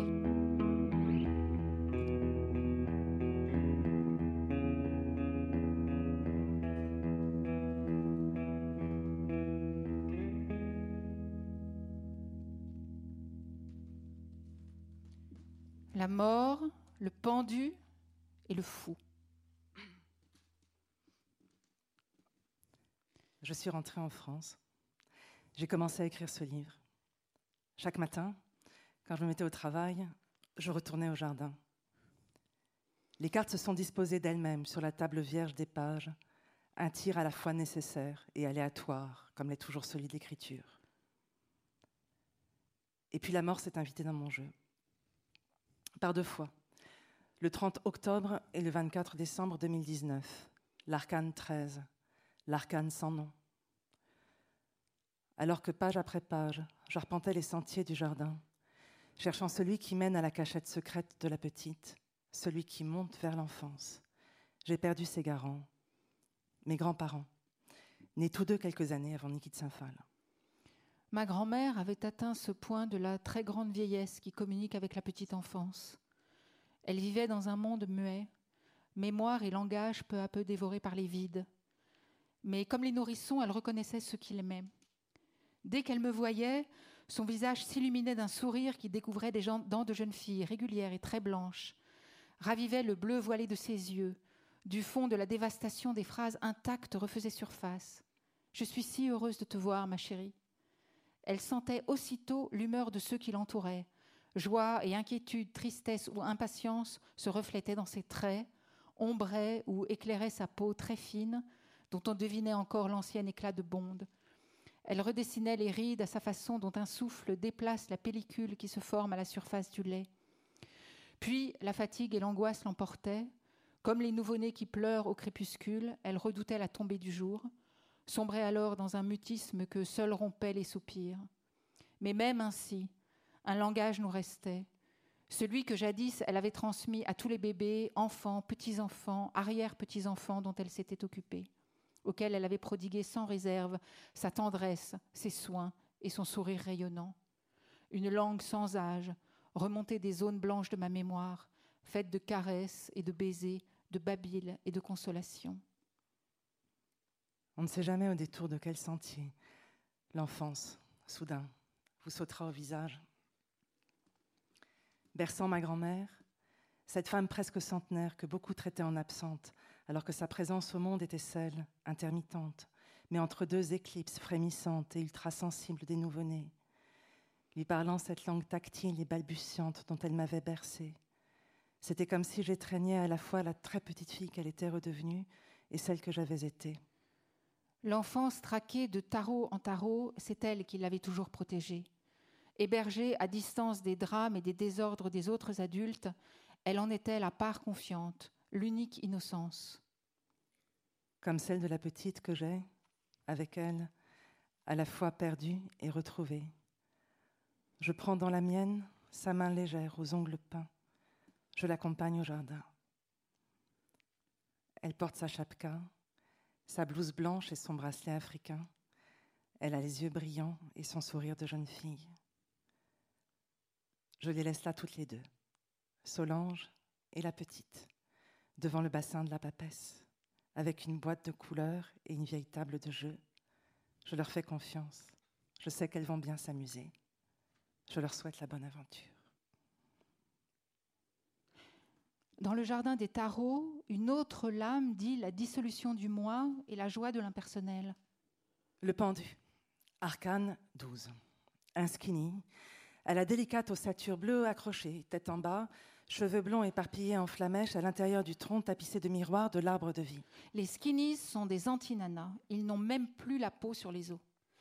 La mort, le pendu et le fou. Je suis rentrée en France. J'ai commencé à écrire ce livre. Chaque matin, quand je me mettais au travail, je retournais au jardin. Les cartes se sont disposées d'elles-mêmes sur la table vierge des pages, un tir à la fois nécessaire et aléatoire, comme l'est toujours celui d'écriture. Et puis la mort s'est invitée dans mon jeu. Par deux fois, le trente octobre et le vingt-quatre décembre deux mille dix-neuf, l'arcane treize, l'arcane sans nom. Alors que page après page, j'arpentais les sentiers du jardin, cherchant celui qui mène à la cachette secrète de la petite, celui qui monte vers l'enfance. J'ai perdu ses garants, mes grands-parents, nés tous deux quelques années avant Niki de Saint-Phal. Ma grand-mère avait atteint ce point de la très grande vieillesse qui communique avec la petite enfance. Elle vivait dans un monde muet, mémoire et langage peu à peu dévorés par les vides. Mais comme les nourrissons, elle reconnaissait ceux qui l'aimaient. Dès qu'elle me voyait, son visage s'illuminait d'un sourire qui découvrait des dents de jeune fille régulières et très blanches, ravivait le bleu voilé de ses yeux, Du fond de la dévastation, des phrases intactes refaisaient surface. « Je suis si heureuse de te voir, ma chérie. » Elle sentait aussitôt l'humeur de ceux qui l'entouraient. Joie et inquiétude, tristesse ou impatience se reflétaient dans ses traits, ombraient ou éclairaient sa peau très fine, dont on devinait encore l'ancien éclat de bonde. Elle redessinait les rides à sa façon dont un souffle déplace la pellicule qui se forme à la surface du lait. Puis la fatigue et l'angoisse l'emportaient. Comme les nouveau-nés qui pleurent au crépuscule, elle redoutait la tombée du jour, sombrait alors dans un mutisme que seuls rompaient les soupirs. Mais même ainsi, un langage nous restait, celui que jadis elle avait transmis à tous les bébés, enfants, petits-enfants, arrière-petits-enfants dont elle s'était occupée, auxquels elle avait prodigué sans réserve sa tendresse, ses soins et son sourire rayonnant. Une langue sans âge, remontée des zones blanches de ma mémoire, faite de caresses et de baisers, de babil et de consolation. On ne sait jamais au détour de quel sentier l'enfance, soudain, vous sautera au visage. Berçant ma grand-mère, cette femme presque centenaire que beaucoup traitaient en absente, alors que sa présence au monde était celle, intermittente, mais entre deux éclipses frémissantes et ultra-sensibles des nouveau-nés, lui parlant cette langue tactile et balbutiante dont elle m'avait bercée. C'était comme si j'étreignais à la fois la très petite fille qu'elle était redevenue et celle que j'avais été. L'enfance traquée de tarot en tarot, c'est elle qui l'avait toujours protégée. Hébergée à distance des drames et des désordres des autres adultes, elle en était la part confiante, l'unique innocence. Comme celle de la petite que j'ai, avec elle, à la fois perdue et retrouvée. Je prends dans la mienne sa main légère aux ongles peints. Je l'accompagne au jardin. Elle porte sa chapka, sa blouse blanche et son bracelet africain. Elle a les yeux brillants et son sourire de jeune fille. Je les laisse là toutes les deux, Solange et la petite, devant le bassin de la papesse, avec une boîte de couleurs et une vieille table de jeu. Je leur fais confiance. Je sais qu'elles vont bien s'amuser. Je leur souhaite la bonne aventure. Dans le jardin des tarots, une autre lame dit la dissolution du moi et la joie de l'impersonnel. Le pendu, arcane douze. Un skinny, à la délicate ossature bleue accrochée, tête en bas, cheveux blonds éparpillés en flamèche à l'intérieur du tronc tapissé de miroirs de l'arbre de vie. Les skinnies sont des antinanas. Ils n'ont même plus la peau sur les os.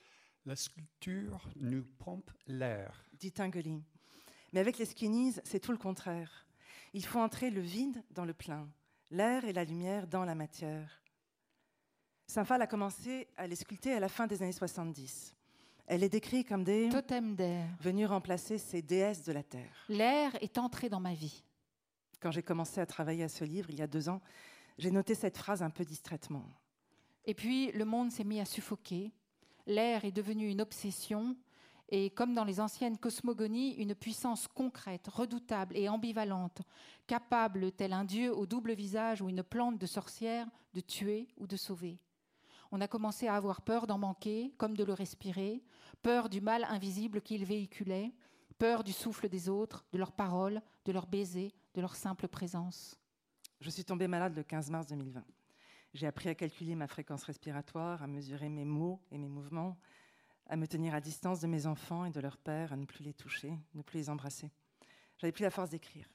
La sculpture nous pompe l'air. Dit Tinguely. Mais avec les skinnies, c'est tout le contraire. Il faut entrer le vide dans le plein, l'air et la lumière dans la matière. Saint-Phal a commencé à les sculpter à la fin des années soixante-dix. Elle est décrite comme des totems d'air, venus remplacer ces déesses de la terre. L'air est entré dans ma vie. Quand j'ai commencé à travailler à ce livre, il y a deux ans, j'ai noté cette phrase un peu distraitement. Et puis, le monde s'est mis à suffoquer. L'air est devenu une obsession. Et comme dans les anciennes cosmogonies, une puissance concrète, redoutable et ambivalente, capable, tel un dieu au double visage ou une plante de sorcière, de tuer ou de sauver. On a commencé à avoir peur d'en manquer, comme de le respirer, peur du mal invisible qu'il véhiculait, peur du souffle des autres, de leurs paroles, de leurs baisers, de leur simple présence. Je suis tombée malade le quinze mars deux mille vingt. J'ai appris à calculer ma fréquence respiratoire, à mesurer mes mots et mes mouvements, à me tenir à distance de mes enfants et de leur père, à ne plus les toucher, ne plus les embrasser. J'avais plus la force d'écrire.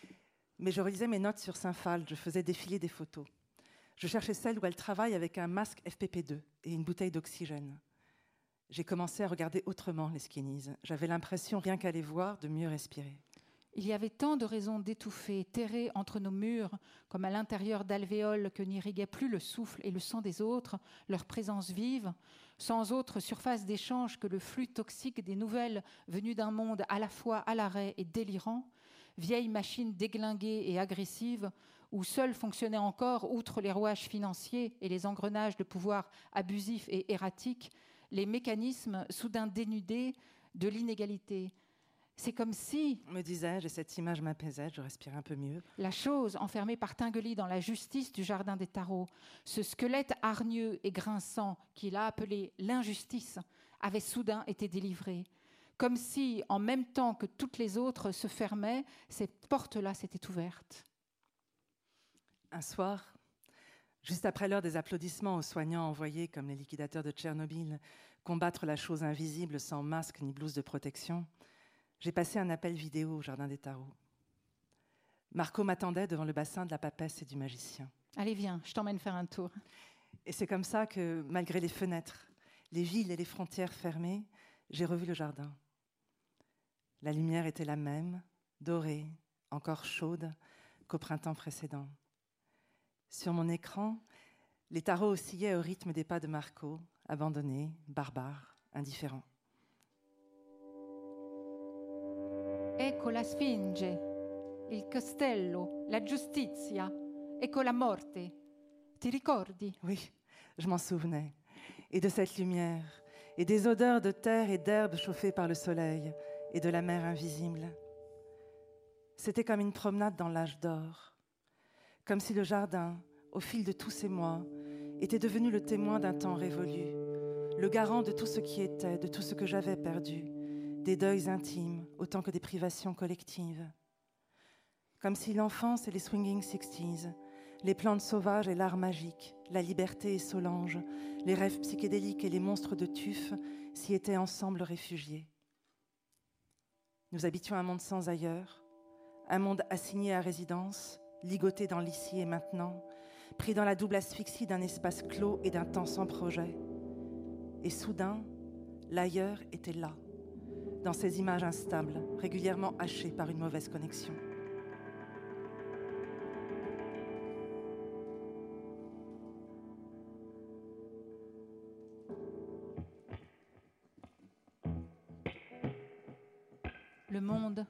Mais je relisais mes notes sur Saint-Phal, je faisais défiler des photos. Je cherchais celle où elle travaille avec un masque F P P deux et une bouteille d'oxygène. J'ai commencé à regarder autrement les skinnies. J'avais l'impression, rien qu'à les voir, de mieux respirer. Il y avait tant de raisons d'étouffer, terrées entre nos murs, comme à l'intérieur d'alvéoles que n'irriguait plus le souffle et le sang des autres, leur présence vive, sans autre surface d'échange que le flux toxique des nouvelles venues d'un monde à la fois à l'arrêt et délirant, vieille machine déglinguée et agressive, où seuls fonctionnaient encore, outre les rouages financiers et les engrenages de pouvoir abusifs et erratiques, les mécanismes soudain dénudés de l'inégalité. C'est comme si, me disais-je, et cette image m'apaisait, je respirais un peu mieux. La chose enfermée par Tinguely dans la justice du jardin des tarots, ce squelette hargneux et grinçant qu'il a appelé l'injustice, avait soudain été délivré. Comme si, en même temps que toutes les autres se fermaient, cette porte-là s'était ouverte. Un soir, Juste après l'heure des applaudissements aux soignants envoyés comme les liquidateurs de Tchernobyl combattre la chose invisible sans masque ni blouse de protection, j'ai passé un appel vidéo au Jardin des Tarots. Marco m'attendait devant le bassin de la papesse et du magicien. Allez, viens, je t'emmène faire un tour. Et c'est comme ça que, malgré les fenêtres, les villes et les frontières fermées, j'ai revu le jardin. La lumière était la même, dorée, encore chaude, qu'au printemps précédent. Sur mon écran, les tarots oscillaient au rythme des pas de Marco, abandonné, barbare, indifférent. Ecco la Sfinge, il castello, la giustizia, ecco la morte. Ti ricordi? Oui, je m'en souvenais. Et de cette lumière, et des odeurs de terre et d'herbe chauffées par le soleil, et de la mer invisible. C'était comme une promenade dans l'âge d'or. Comme si le jardin, au fil de tous ces mois, était devenu le témoin d'un temps révolu, le garant de tout ce qui était, de tout ce que j'avais perdu, des deuils intimes autant que des privations collectives. Comme si l'enfance et les swinging sixties, les plantes sauvages et l'art magique, la liberté et Solange, les rêves psychédéliques et les monstres de tuf s'y étaient ensemble réfugiés. Nous habitions un monde sans ailleurs, un monde assigné à résidence, ligoté dans l'ici et maintenant, pris dans la double asphyxie d'un espace clos et d'un temps sans projet. Et soudain, l'ailleurs était là, dans ces images instables, régulièrement hachées par une mauvaise connexion. Le monde.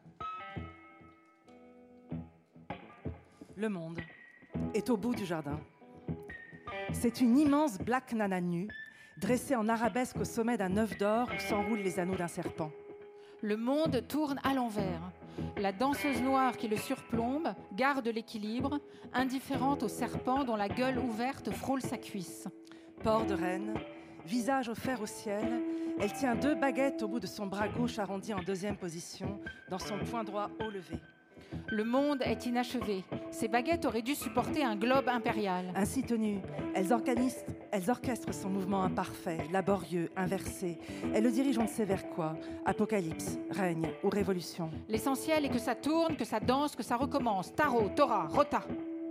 Le monde est au bout du jardin. C'est une immense black nana nue, dressée en arabesque au sommet d'un œuf d'or où s'enroulent les anneaux d'un serpent. Le monde tourne à l'envers. La danseuse noire qui le surplombe garde l'équilibre, indifférente au serpent dont la gueule ouverte frôle sa cuisse. Port de reine, visage offert au ciel, elle tient deux baguettes au bout de son bras gauche arrondi en deuxième position, dans son poing droit haut levé. Le monde est inachevé. Ces baguettes auraient dû supporter un globe impérial. Ainsi tenues, elles, elles orchestrent son mouvement imparfait, laborieux, inversé. Elles le dirigent on ne sait vers quoi, apocalypse, règne ou révolution. L'essentiel est que ça tourne, que ça danse, que ça recommence. Tarot, Torah, Rota.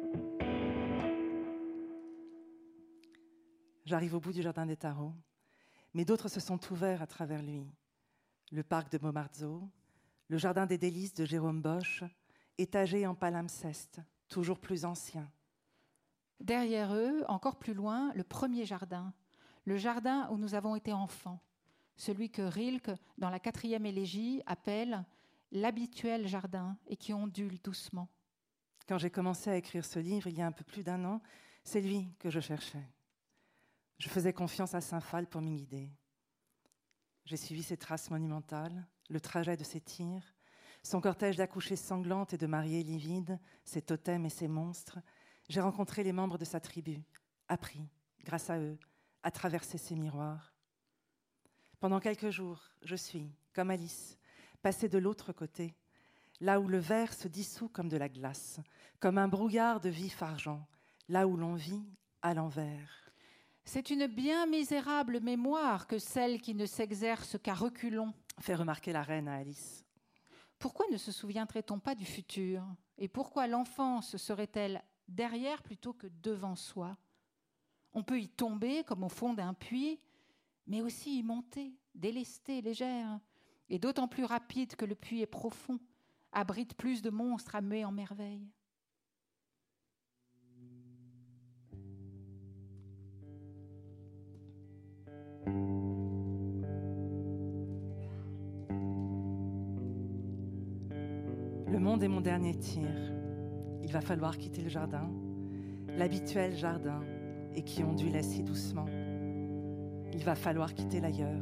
J'arrive au bout du jardin des tarots, mais d'autres se sont ouverts à travers lui. Le parc de Bomarzo, le jardin des délices de Jérôme Bosch, étagé en palimpseste, toujours plus ancien. Derrière eux, encore plus loin, le premier jardin, le jardin où nous avons été enfants, celui que Rilke, dans la quatrième élégie, appelle l'habituel jardin et qui ondule doucement. Quand j'ai commencé à écrire ce livre, il y a un peu plus d'un an, c'est lui que je cherchais. Je faisais confiance à Saint-Phal pour m'y guider. J'ai suivi ses traces monumentales, le trajet de ses tirs, son cortège d'accouchées sanglantes et de mariées livides, ses totems et ses monstres. J'ai rencontré les membres de sa tribu, appris, grâce à eux, à traverser ses miroirs. Pendant quelques jours, je suis, comme Alice, passée de l'autre côté, là où le verre se dissout comme de la glace, comme un brouillard de vif argent, là où l'on vit à l'envers. C'est une bien misérable mémoire que celle qui ne s'exerce qu'à reculons, fait remarquer la reine à Alice. Pourquoi ne se souviendrait-on pas du futur? Et pourquoi l'enfance serait-elle derrière plutôt que devant soi? On peut y tomber comme au fond d'un puits, mais aussi y monter, délestée, légère, et d'autant plus rapide que le puits est profond, abrite plus de monstres à muer en merveille. Le monde est mon dernier tir. Il va falloir quitter le jardin, l'habituel jardin, et qui ondulait si doucement. Il va falloir quitter l'ailleurs.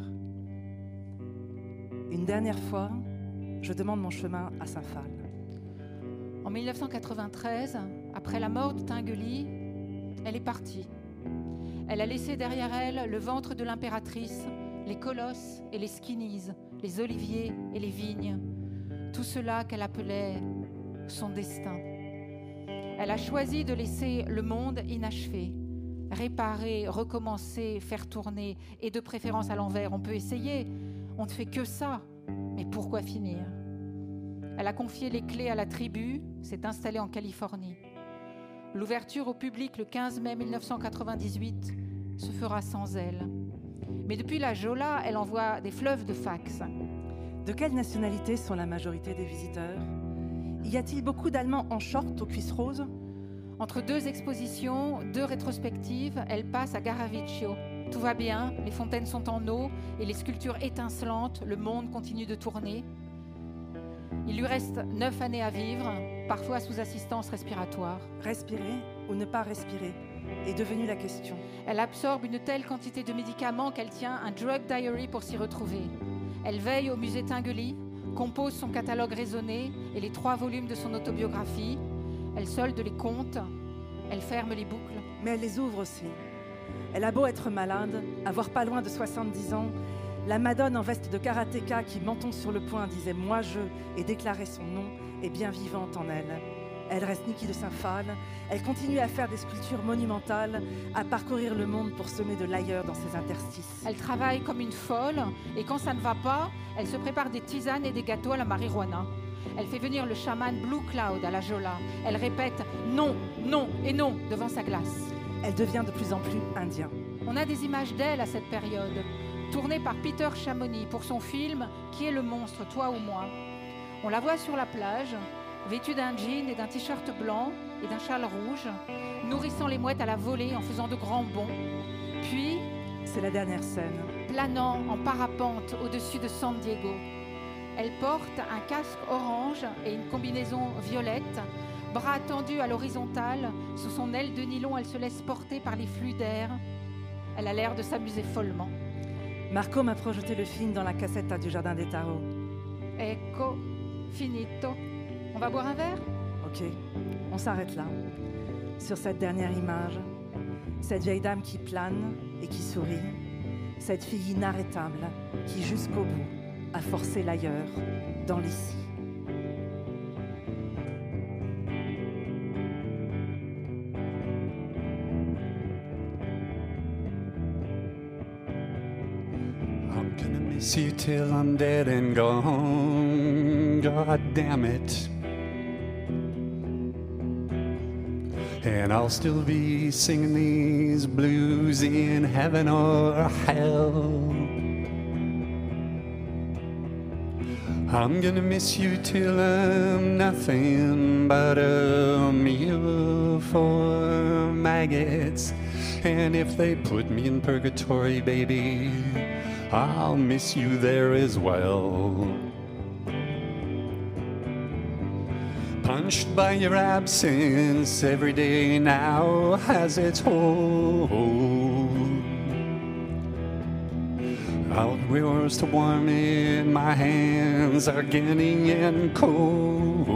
Une dernière fois, je demande mon chemin à Saint-Phal. En mille neuf cent quatre-vingt-treize, après la mort de Tinguely, elle est partie. Elle a laissé derrière elle le ventre de l'impératrice, les colosses et les skinnies, les oliviers et les vignes, tout cela qu'elle appelait son destin. Elle a choisi de laisser le monde inachevé, réparer, recommencer, faire tourner, et de préférence à l'envers. On peut essayer, on ne fait que ça, mais pourquoi finir? Elle a confié les clés à la tribu, s'est installée en Californie. L'ouverture au public le quinze mai mille neuf cent quatre-vingt-dix-huit se fera sans elle. Mais depuis la Jola, elle envoie des fleuves de fax. De quelle nationalité sont la majorité des visiteurs? Y a-t-il beaucoup d'Allemands en short aux cuisses roses? Entre deux expositions, deux rétrospectives, elle passe à Garaviccio. Tout va bien, les fontaines sont en eau et les sculptures étincelantes, le monde continue de tourner. Il lui reste neuf années à vivre, parfois sous assistance respiratoire. Respirer ou ne pas respirer est devenue la question. Elle absorbe une telle quantité de médicaments qu'elle tient un drug diary pour s'y retrouver. Elle veille au musée Tinguely, compose son catalogue raisonné et les trois volumes de son autobiographie. Elle solde les comptes, elle ferme les boucles. Mais elle les ouvre aussi. Elle a beau être malade, avoir pas loin de soixante-dix ans, la madone en veste de karatéka qui, menton sur le poing, disait « moi je » et déclarait son nom est bien vivante en elle. Elle reste Niki de Saint-Phal, elle continue à faire des sculptures monumentales, à parcourir le monde pour semer de l'ailleurs dans ses interstices. Elle travaille comme une folle et quand ça ne va pas, elle se prépare des tisanes et des gâteaux à la marijuana. Elle fait venir le chaman Blue Cloud à la Jola. Elle répète « non, non et non » devant sa glace. Elle devient de plus en plus indien. On a des images d'elle à cette période, tournées par Peter Chamonix pour son film « Qui est le monstre, toi ou moi ?» On la voit sur la plage, vêtue d'un jean et d'un t-shirt blanc et d'un châle rouge, nourrissant les mouettes à la volée en faisant de grands bonds. Puis, c'est la dernière scène, planant en parapente au-dessus de San Diego. Elle porte un casque orange et une combinaison violette, bras tendus à l'horizontale, sous son aile de nylon, elle se laisse porter par les flux d'air. Elle a l'air de s'amuser follement. Marco m'a projeté le film dans la cassette du Jardin des Tarots. Ecco, finito. On va boire un verre? Ok, on s'arrête là, sur cette dernière image. Cette vieille dame qui plane et qui sourit. Cette fille inarrêtable qui, jusqu'au bout, a forcé l'ailleurs, dans l'ici. I'm gonna miss you till I'm dead and gone. God damn it. And I'll still be singing these blues in heaven or hell. I'm gonna miss you till I'm nothing but a meal for maggots. And if they put me in purgatory, baby, I'll miss you there as well. Punched by your absence, every day now has its toll. Outdoors to warm it, my hands are getting in cold.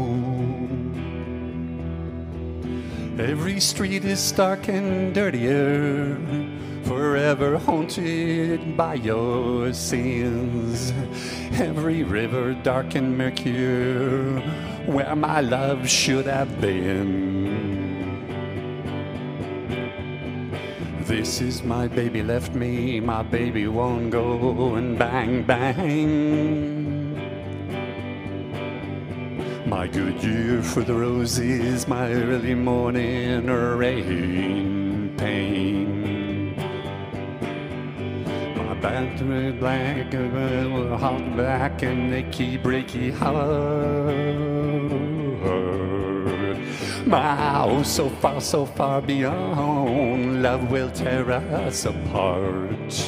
Every street is stark and dirtier, forever haunted by your sins. Every river dark and murkier, where my love should have been. This is my baby left me, my baby won't go, and bang, bang. My good year for the roses, my early morning rain pain. My battery black, uh, hot black, and achy breaky heart. My oh, so far, so far beyond, love will tear us apart.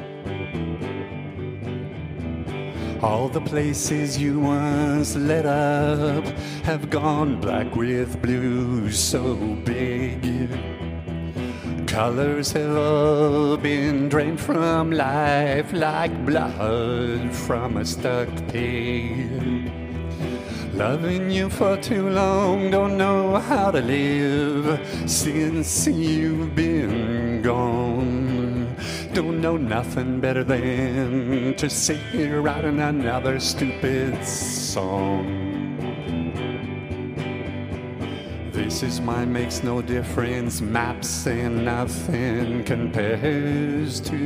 All the places you once lit up have gone black with blue so big. Colors have all been drained from life like blood from a stuck pig. Loving you for too long, don't know how to live since you've been gone. Don't know nothing better than to sit here writing another stupid song. This is mine, makes no difference. Maps and nothing compares to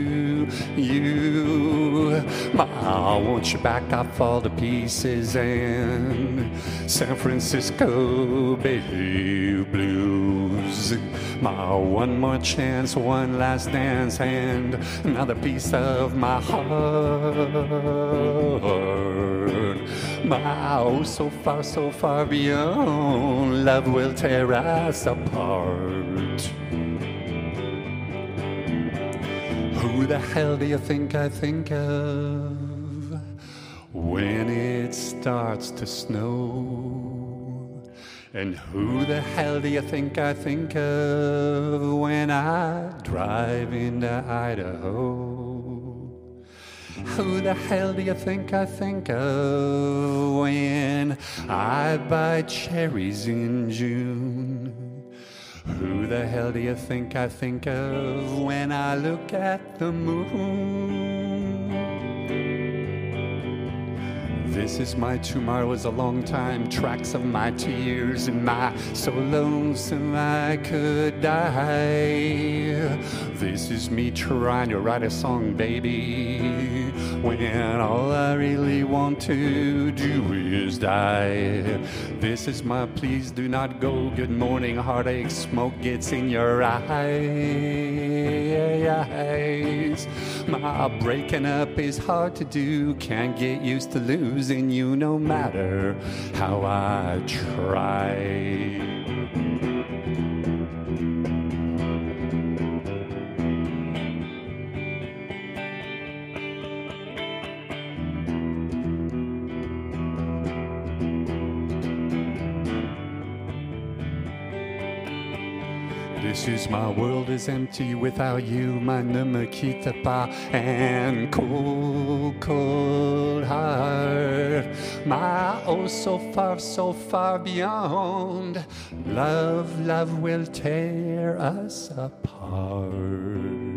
you. My, I want you back, I fall to pieces. And San Francisco Bay Blues. My one more chance, one last dance, and another piece of my heart. My, oh, so far, so far beyond, love will tear us apart. Who the hell do you think I think of when it starts to snow? And who the hell do you think I think of when I drive into Idaho? Who the hell do you think I think of when I buy cherries in June? Who the hell do you think I think of when I look at the moon? This is my tomorrow is a long time, tracks of my tears and my so lonesome I could die. This is me trying to write a song, baby, when all I really want to do is die. This is my please do not go, good morning, heartache, smoke gets in your eyes. My breaking up is hard to do, can't get used to losing you no matter how I try. This is my world is empty without you, my ne me quitte pas, and cold, cold heart. My oh so far, so far beyond, love, love will tear us apart.